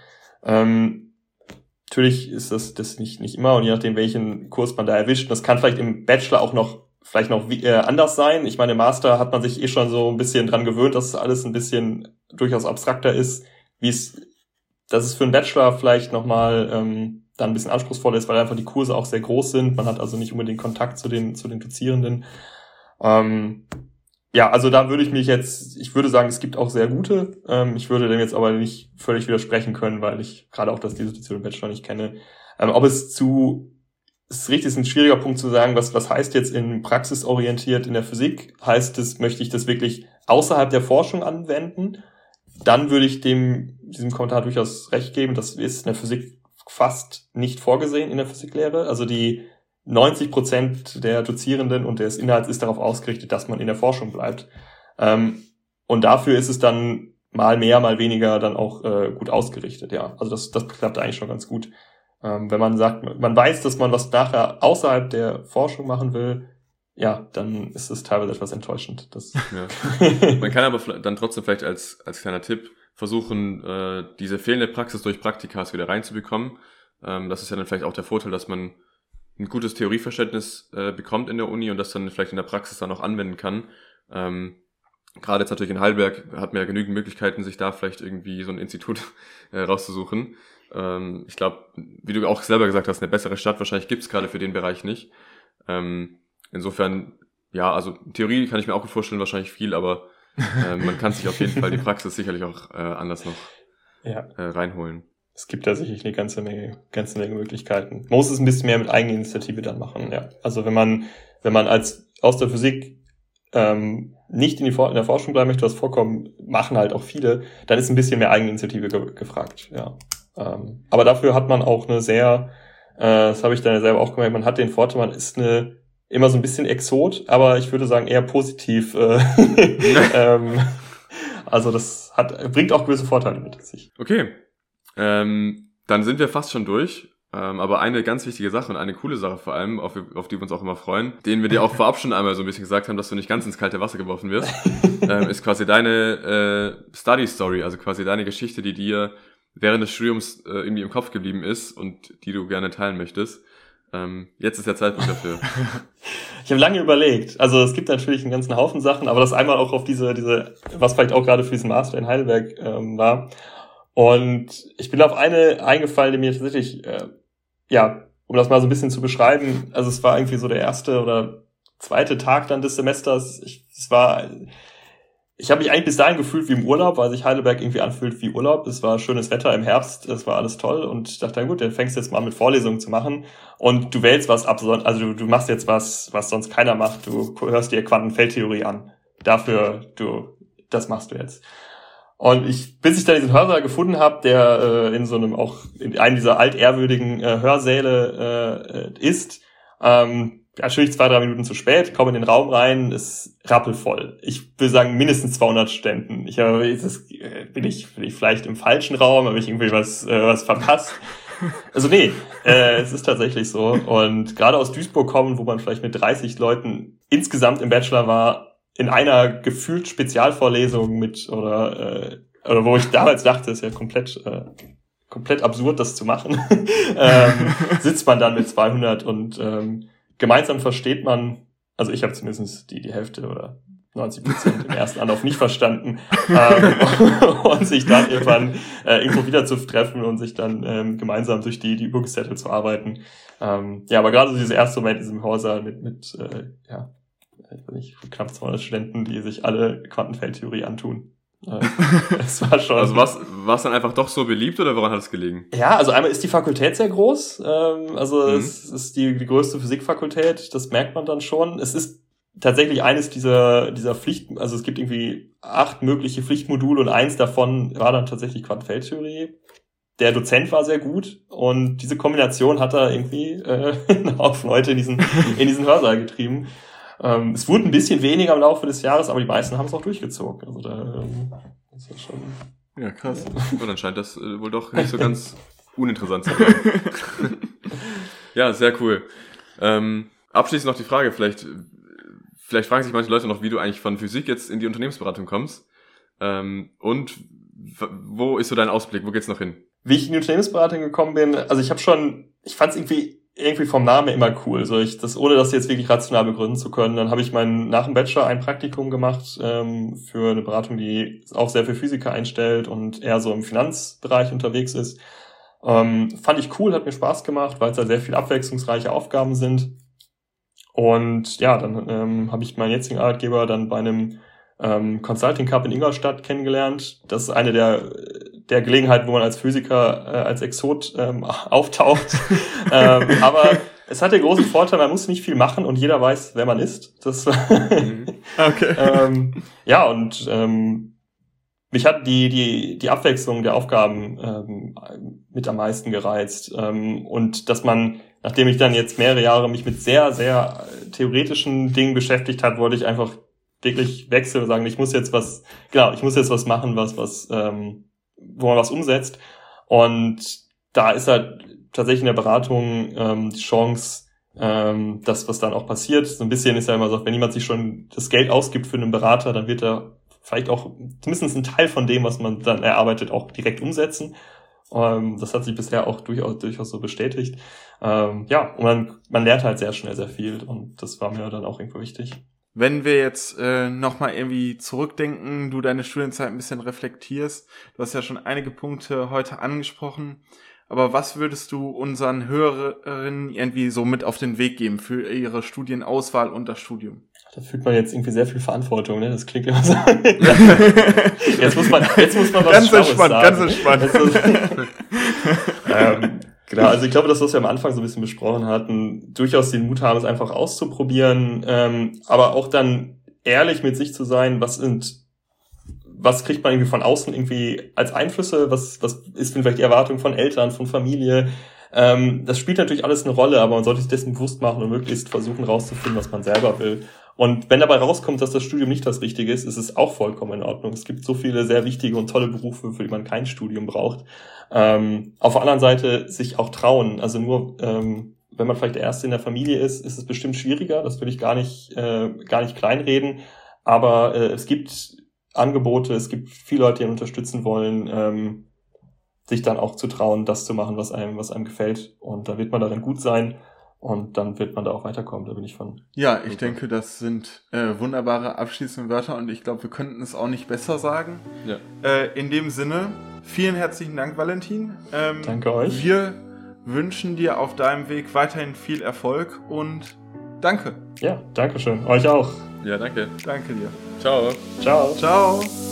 Ähm, natürlich ist das das nicht nicht immer und je nachdem, welchen Kurs man da erwischt. Das kann vielleicht im Bachelor auch noch vielleicht noch wie, äh, anders sein. Ich meine, im Master hat man sich eh schon so ein bisschen dran gewöhnt, dass alles ein bisschen durchaus abstrakter ist. wie es, dass es für einen Bachelor vielleicht nochmal ähm, dann ein bisschen anspruchsvoller ist, weil einfach die Kurse auch sehr groß sind. Man hat also nicht unbedingt Kontakt zu den zu den Dozierenden. Ähm, ja, also da würde ich mich jetzt, ich würde sagen, es gibt auch sehr gute. Ähm, ich würde dem jetzt aber nicht völlig widersprechen können, weil ich gerade auch das Dissertation im Bachelor nicht kenne. Ähm, ob es zu, es ist richtig, ist ein schwieriger Punkt zu sagen, was was heißt jetzt in praxisorientiert in der Physik? Heißt es, möchte ich das wirklich außerhalb der Forschung anwenden? Dann würde ich dem diesem Kommentar durchaus recht geben. Das ist in der Physik fast nicht vorgesehen in der Physiklehre. Also die neunzig Prozent der Dozierenden und des Inhalts ist darauf ausgerichtet, dass man in der Forschung bleibt. Ähm, und dafür ist es dann mal mehr, mal weniger dann auch äh, gut ausgerichtet. Ja, also das, das klappt eigentlich schon ganz gut. Ähm, wenn man sagt, man weiß, dass man was nachher außerhalb der Forschung machen will, ja, dann ist es teilweise etwas enttäuschend. Das ja. Man kann aber dann trotzdem vielleicht als als kleiner Tipp versuchen, äh, diese fehlende Praxis durch Praktikas wieder reinzubekommen. Ähm, das ist ja dann vielleicht auch der Vorteil, dass man ein gutes Theorieverständnis äh, bekommt in der Uni und das dann vielleicht in der Praxis dann auch anwenden kann. Ähm, Gerade jetzt natürlich in Heidelberg hat man ja genügend Möglichkeiten, sich da vielleicht irgendwie so ein Institut äh, rauszusuchen. Ähm, ich glaube, wie du auch selber gesagt hast, eine bessere Stadt wahrscheinlich gibt's gerade für den Bereich nicht. Ähm, insofern, ja, also Theorie kann ich mir auch gut vorstellen, wahrscheinlich viel, aber äh, man kann sich auf jeden Fall die Praxis sicherlich auch äh, anders noch ja. äh, reinholen. Es gibt da sicherlich eine ganze Menge, ganze Menge Möglichkeiten. Man muss es ein bisschen mehr mit Eigeninitiative dann machen, ja. Also wenn man, wenn man als aus der Physik ähm, nicht in, die For- in der Forschung bleiben möchte, was vorkommen, machen halt auch viele, dann ist ein bisschen mehr Eigeninitiative ge- gefragt, ja. Ähm, aber dafür hat man auch eine sehr, äh, das habe ich dann ja selber auch gemerkt, man hat den Vorteil, man ist eine immer so ein bisschen Exot, aber ich würde sagen eher positiv. Äh, ähm, also das hat bringt auch gewisse Vorteile mit sich. Okay. Ähm, dann sind wir fast schon durch, ähm, aber eine ganz wichtige Sache und eine coole Sache vor allem, auf, auf die wir uns auch immer freuen, den wir dir auch vorab schon einmal so ein bisschen gesagt haben, dass du nicht ganz ins kalte Wasser geworfen wirst, ähm, ist quasi deine äh, Study Story, also quasi deine Geschichte, die dir während des Studiums äh, irgendwie im Kopf geblieben ist und die du gerne teilen möchtest. Ähm, jetzt ist der Zeitpunkt dafür. Ich habe lange überlegt. Also es gibt natürlich einen ganzen Haufen Sachen, aber das einmal auch auf diese, diese, was vielleicht auch gerade für diesen Master in Heidelberg ähm, war. Und ich bin auf eine eingefallen, die mir tatsächlich, äh, ja, um das mal so ein bisschen zu beschreiben, also es war irgendwie so der erste oder zweite Tag dann des Semesters. Ich, es war, ich habe mich eigentlich bis dahin gefühlt wie im Urlaub, weil sich Heidelberg irgendwie anfühlt wie Urlaub. Es war schönes Wetter im Herbst, es war alles toll und ich dachte, na gut, dann fängst du jetzt mal an mit Vorlesungen zu machen und du wählst was ab, also du, du machst jetzt was, was sonst keiner macht. Du hörst dir Quantenfeldtheorie an. Dafür, du, das machst du jetzt. Und ich, bis ich dann diesen Hörsaal gefunden habe, der äh, in so einem auch in einem dieser altehrwürdigen äh, Hörsäle äh, ist, ähm, natürlich zwei, drei Minuten zu spät, komme in den Raum rein, ist rappelvoll. Ich will sagen mindestens zweihundert Studenten. Ich habe jetzt äh, bin ich bin ich vielleicht im falschen Raum, habe ich irgendwie was äh, was verpasst. Also nee, äh, es ist tatsächlich so. Und gerade aus Duisburg kommen, wo man vielleicht mit dreißig Leuten insgesamt im Bachelor war, in einer gefühlt Spezialvorlesung mit oder äh, oder wo ich damals dachte, ist ja komplett äh, komplett absurd, das zu machen, ähm, sitzt man dann mit zweihundert und ähm, gemeinsam versteht man, also ich habe zumindest die die Hälfte oder neunzig Prozent im ersten Anlauf nicht verstanden ähm, und sich dann irgendwann äh, irgendwo wieder zu treffen und sich dann ähm, gemeinsam durch die die Übungszettel zu arbeiten. Ähm, ja, aber gerade so dieser erste Moment in diesem Hörsaal mit mit äh, ja ich weiß nicht, knapp zweihundert Studenten, die sich alle Quantenfeldtheorie antun. Es war schon. Also war es dann einfach doch so beliebt oder woran hat es gelegen? Ja, also einmal ist die Fakultät sehr groß. Ähm, also mhm. es ist die, die größte Physikfakultät, das merkt man dann schon. Es ist tatsächlich eines dieser dieser Pflicht, also es gibt irgendwie acht mögliche Pflichtmodule und eins davon war dann tatsächlich Quantenfeldtheorie. Der Dozent war sehr gut und diese Kombination hat da irgendwie äh, einen Haufen Leute in diesen in diesen Hörsaal getrieben. Ähm, es wurde ein bisschen weniger im Laufe des Jahres, aber die meisten haben es auch durchgezogen. Also da ähm, das ist schon. Ja, krass. Ja. Und dann scheint das äh, wohl doch nicht so ganz uninteressant zu sein. Ja, sehr cool. Ähm, abschließend noch die Frage, vielleicht, vielleicht fragen sich manche Leute noch, wie du eigentlich von Physik jetzt in die Unternehmensberatung kommst. Ähm, und w- wo ist so dein Ausblick? Wo geht's noch hin? Wie ich in die Unternehmensberatung gekommen bin, also ich habe schon, ich fand es irgendwie irgendwie vom Namen immer cool. So ich das ohne das jetzt wirklich rational begründen zu können. Dann habe ich mein nach dem Bachelor ein Praktikum gemacht ähm, für eine Beratung, die auch sehr für Physiker einstellt und eher so im Finanzbereich unterwegs ist. Ähm, fand ich cool, hat mir Spaß gemacht, weil es da sehr viel abwechslungsreiche Aufgaben sind. Und ja, dann ähm, habe ich meinen jetzigen Arbeitgeber dann bei einem ähm, Consulting Cup in Ingolstadt kennengelernt. Das ist eine der der Gelegenheiten, wo man als Physiker äh, als Exot ähm, auftaucht. ähm, aber es hat den großen Vorteil, man muss nicht viel machen und jeder weiß, wer man ist. Das okay. ähm, ja, und ähm, mich hat die die die Abwechslung der Aufgaben ähm, mit am meisten gereizt. Ähm, und dass man, nachdem ich dann jetzt mehrere Jahre mich mit sehr, sehr theoretischen Dingen beschäftigt hat, wollte ich einfach wirklich wechseln und sagen, ich muss jetzt was, genau, ich muss jetzt was machen, was, was, ähm, wo man was umsetzt. Und da ist halt tatsächlich in der Beratung ähm, die Chance, ähm, das, was dann auch passiert. So ein bisschen ist ja immer so, wenn jemand sich schon das Geld ausgibt für einen Berater, dann wird er vielleicht auch zumindest einen Teil von dem, was man dann erarbeitet, auch direkt umsetzen. Ähm, das hat sich bisher auch durchaus, durchaus so bestätigt. Ähm, ja, und man, man lernt halt sehr schnell sehr viel und das war mir dann auch irgendwo wichtig. Wenn wir jetzt äh, nochmal irgendwie zurückdenken, du deine Studienzeit ein bisschen reflektierst, du hast ja schon einige Punkte heute angesprochen, aber was würdest du unseren Hörerinnen irgendwie so mit auf den Weg geben für ihre Studienauswahl und das Studium? Da fühlt man jetzt irgendwie sehr viel Verantwortung, ne? Das klingt immer so. jetzt muss man, jetzt muss man was ganz Schlaues entspannt, sagen. Ganz entspannt, ähm, genau, also ich glaube, das, was wir am Anfang so ein bisschen besprochen hatten, durchaus den Mut haben, es einfach auszuprobieren, ähm, aber auch dann ehrlich mit sich zu sein, was sind, was kriegt man irgendwie von außen irgendwie als Einflüsse, was, was ist vielleicht die Erwartung von Eltern, von Familie. Ähm, das spielt natürlich alles eine Rolle, aber man sollte sich dessen bewusst machen und möglichst versuchen rauszufinden, was man selber will. Und wenn dabei rauskommt, dass das Studium nicht das Richtige ist, ist es auch vollkommen in Ordnung. Es gibt so viele sehr wichtige und tolle Berufe, für die man kein Studium braucht. Ähm, auf der anderen Seite sich auch trauen. Also nur, ähm, wenn man vielleicht der Erste in der Familie ist, ist es bestimmt schwieriger. Das will ich gar nicht, äh, gar nicht kleinreden. Aber äh, es gibt Angebote, es gibt viele Leute, die einen unterstützen wollen, ähm, sich dann auch zu trauen, das zu machen, was einem, was einem gefällt. Und da wird man darin gut sein. Und dann wird man da auch weiterkommen, da bin ich von. Ja, ich denke, das sind äh, wunderbare abschließende Wörter und ich glaube, wir könnten es auch nicht besser sagen. Ja. Äh, in dem Sinne, vielen herzlichen Dank, Valentin. Ähm, Danke euch. Wir wünschen dir auf deinem Weg weiterhin viel Erfolg und danke. Ja, danke schön. Euch auch. Ja, danke. Danke dir. Ciao. Ciao. Ciao.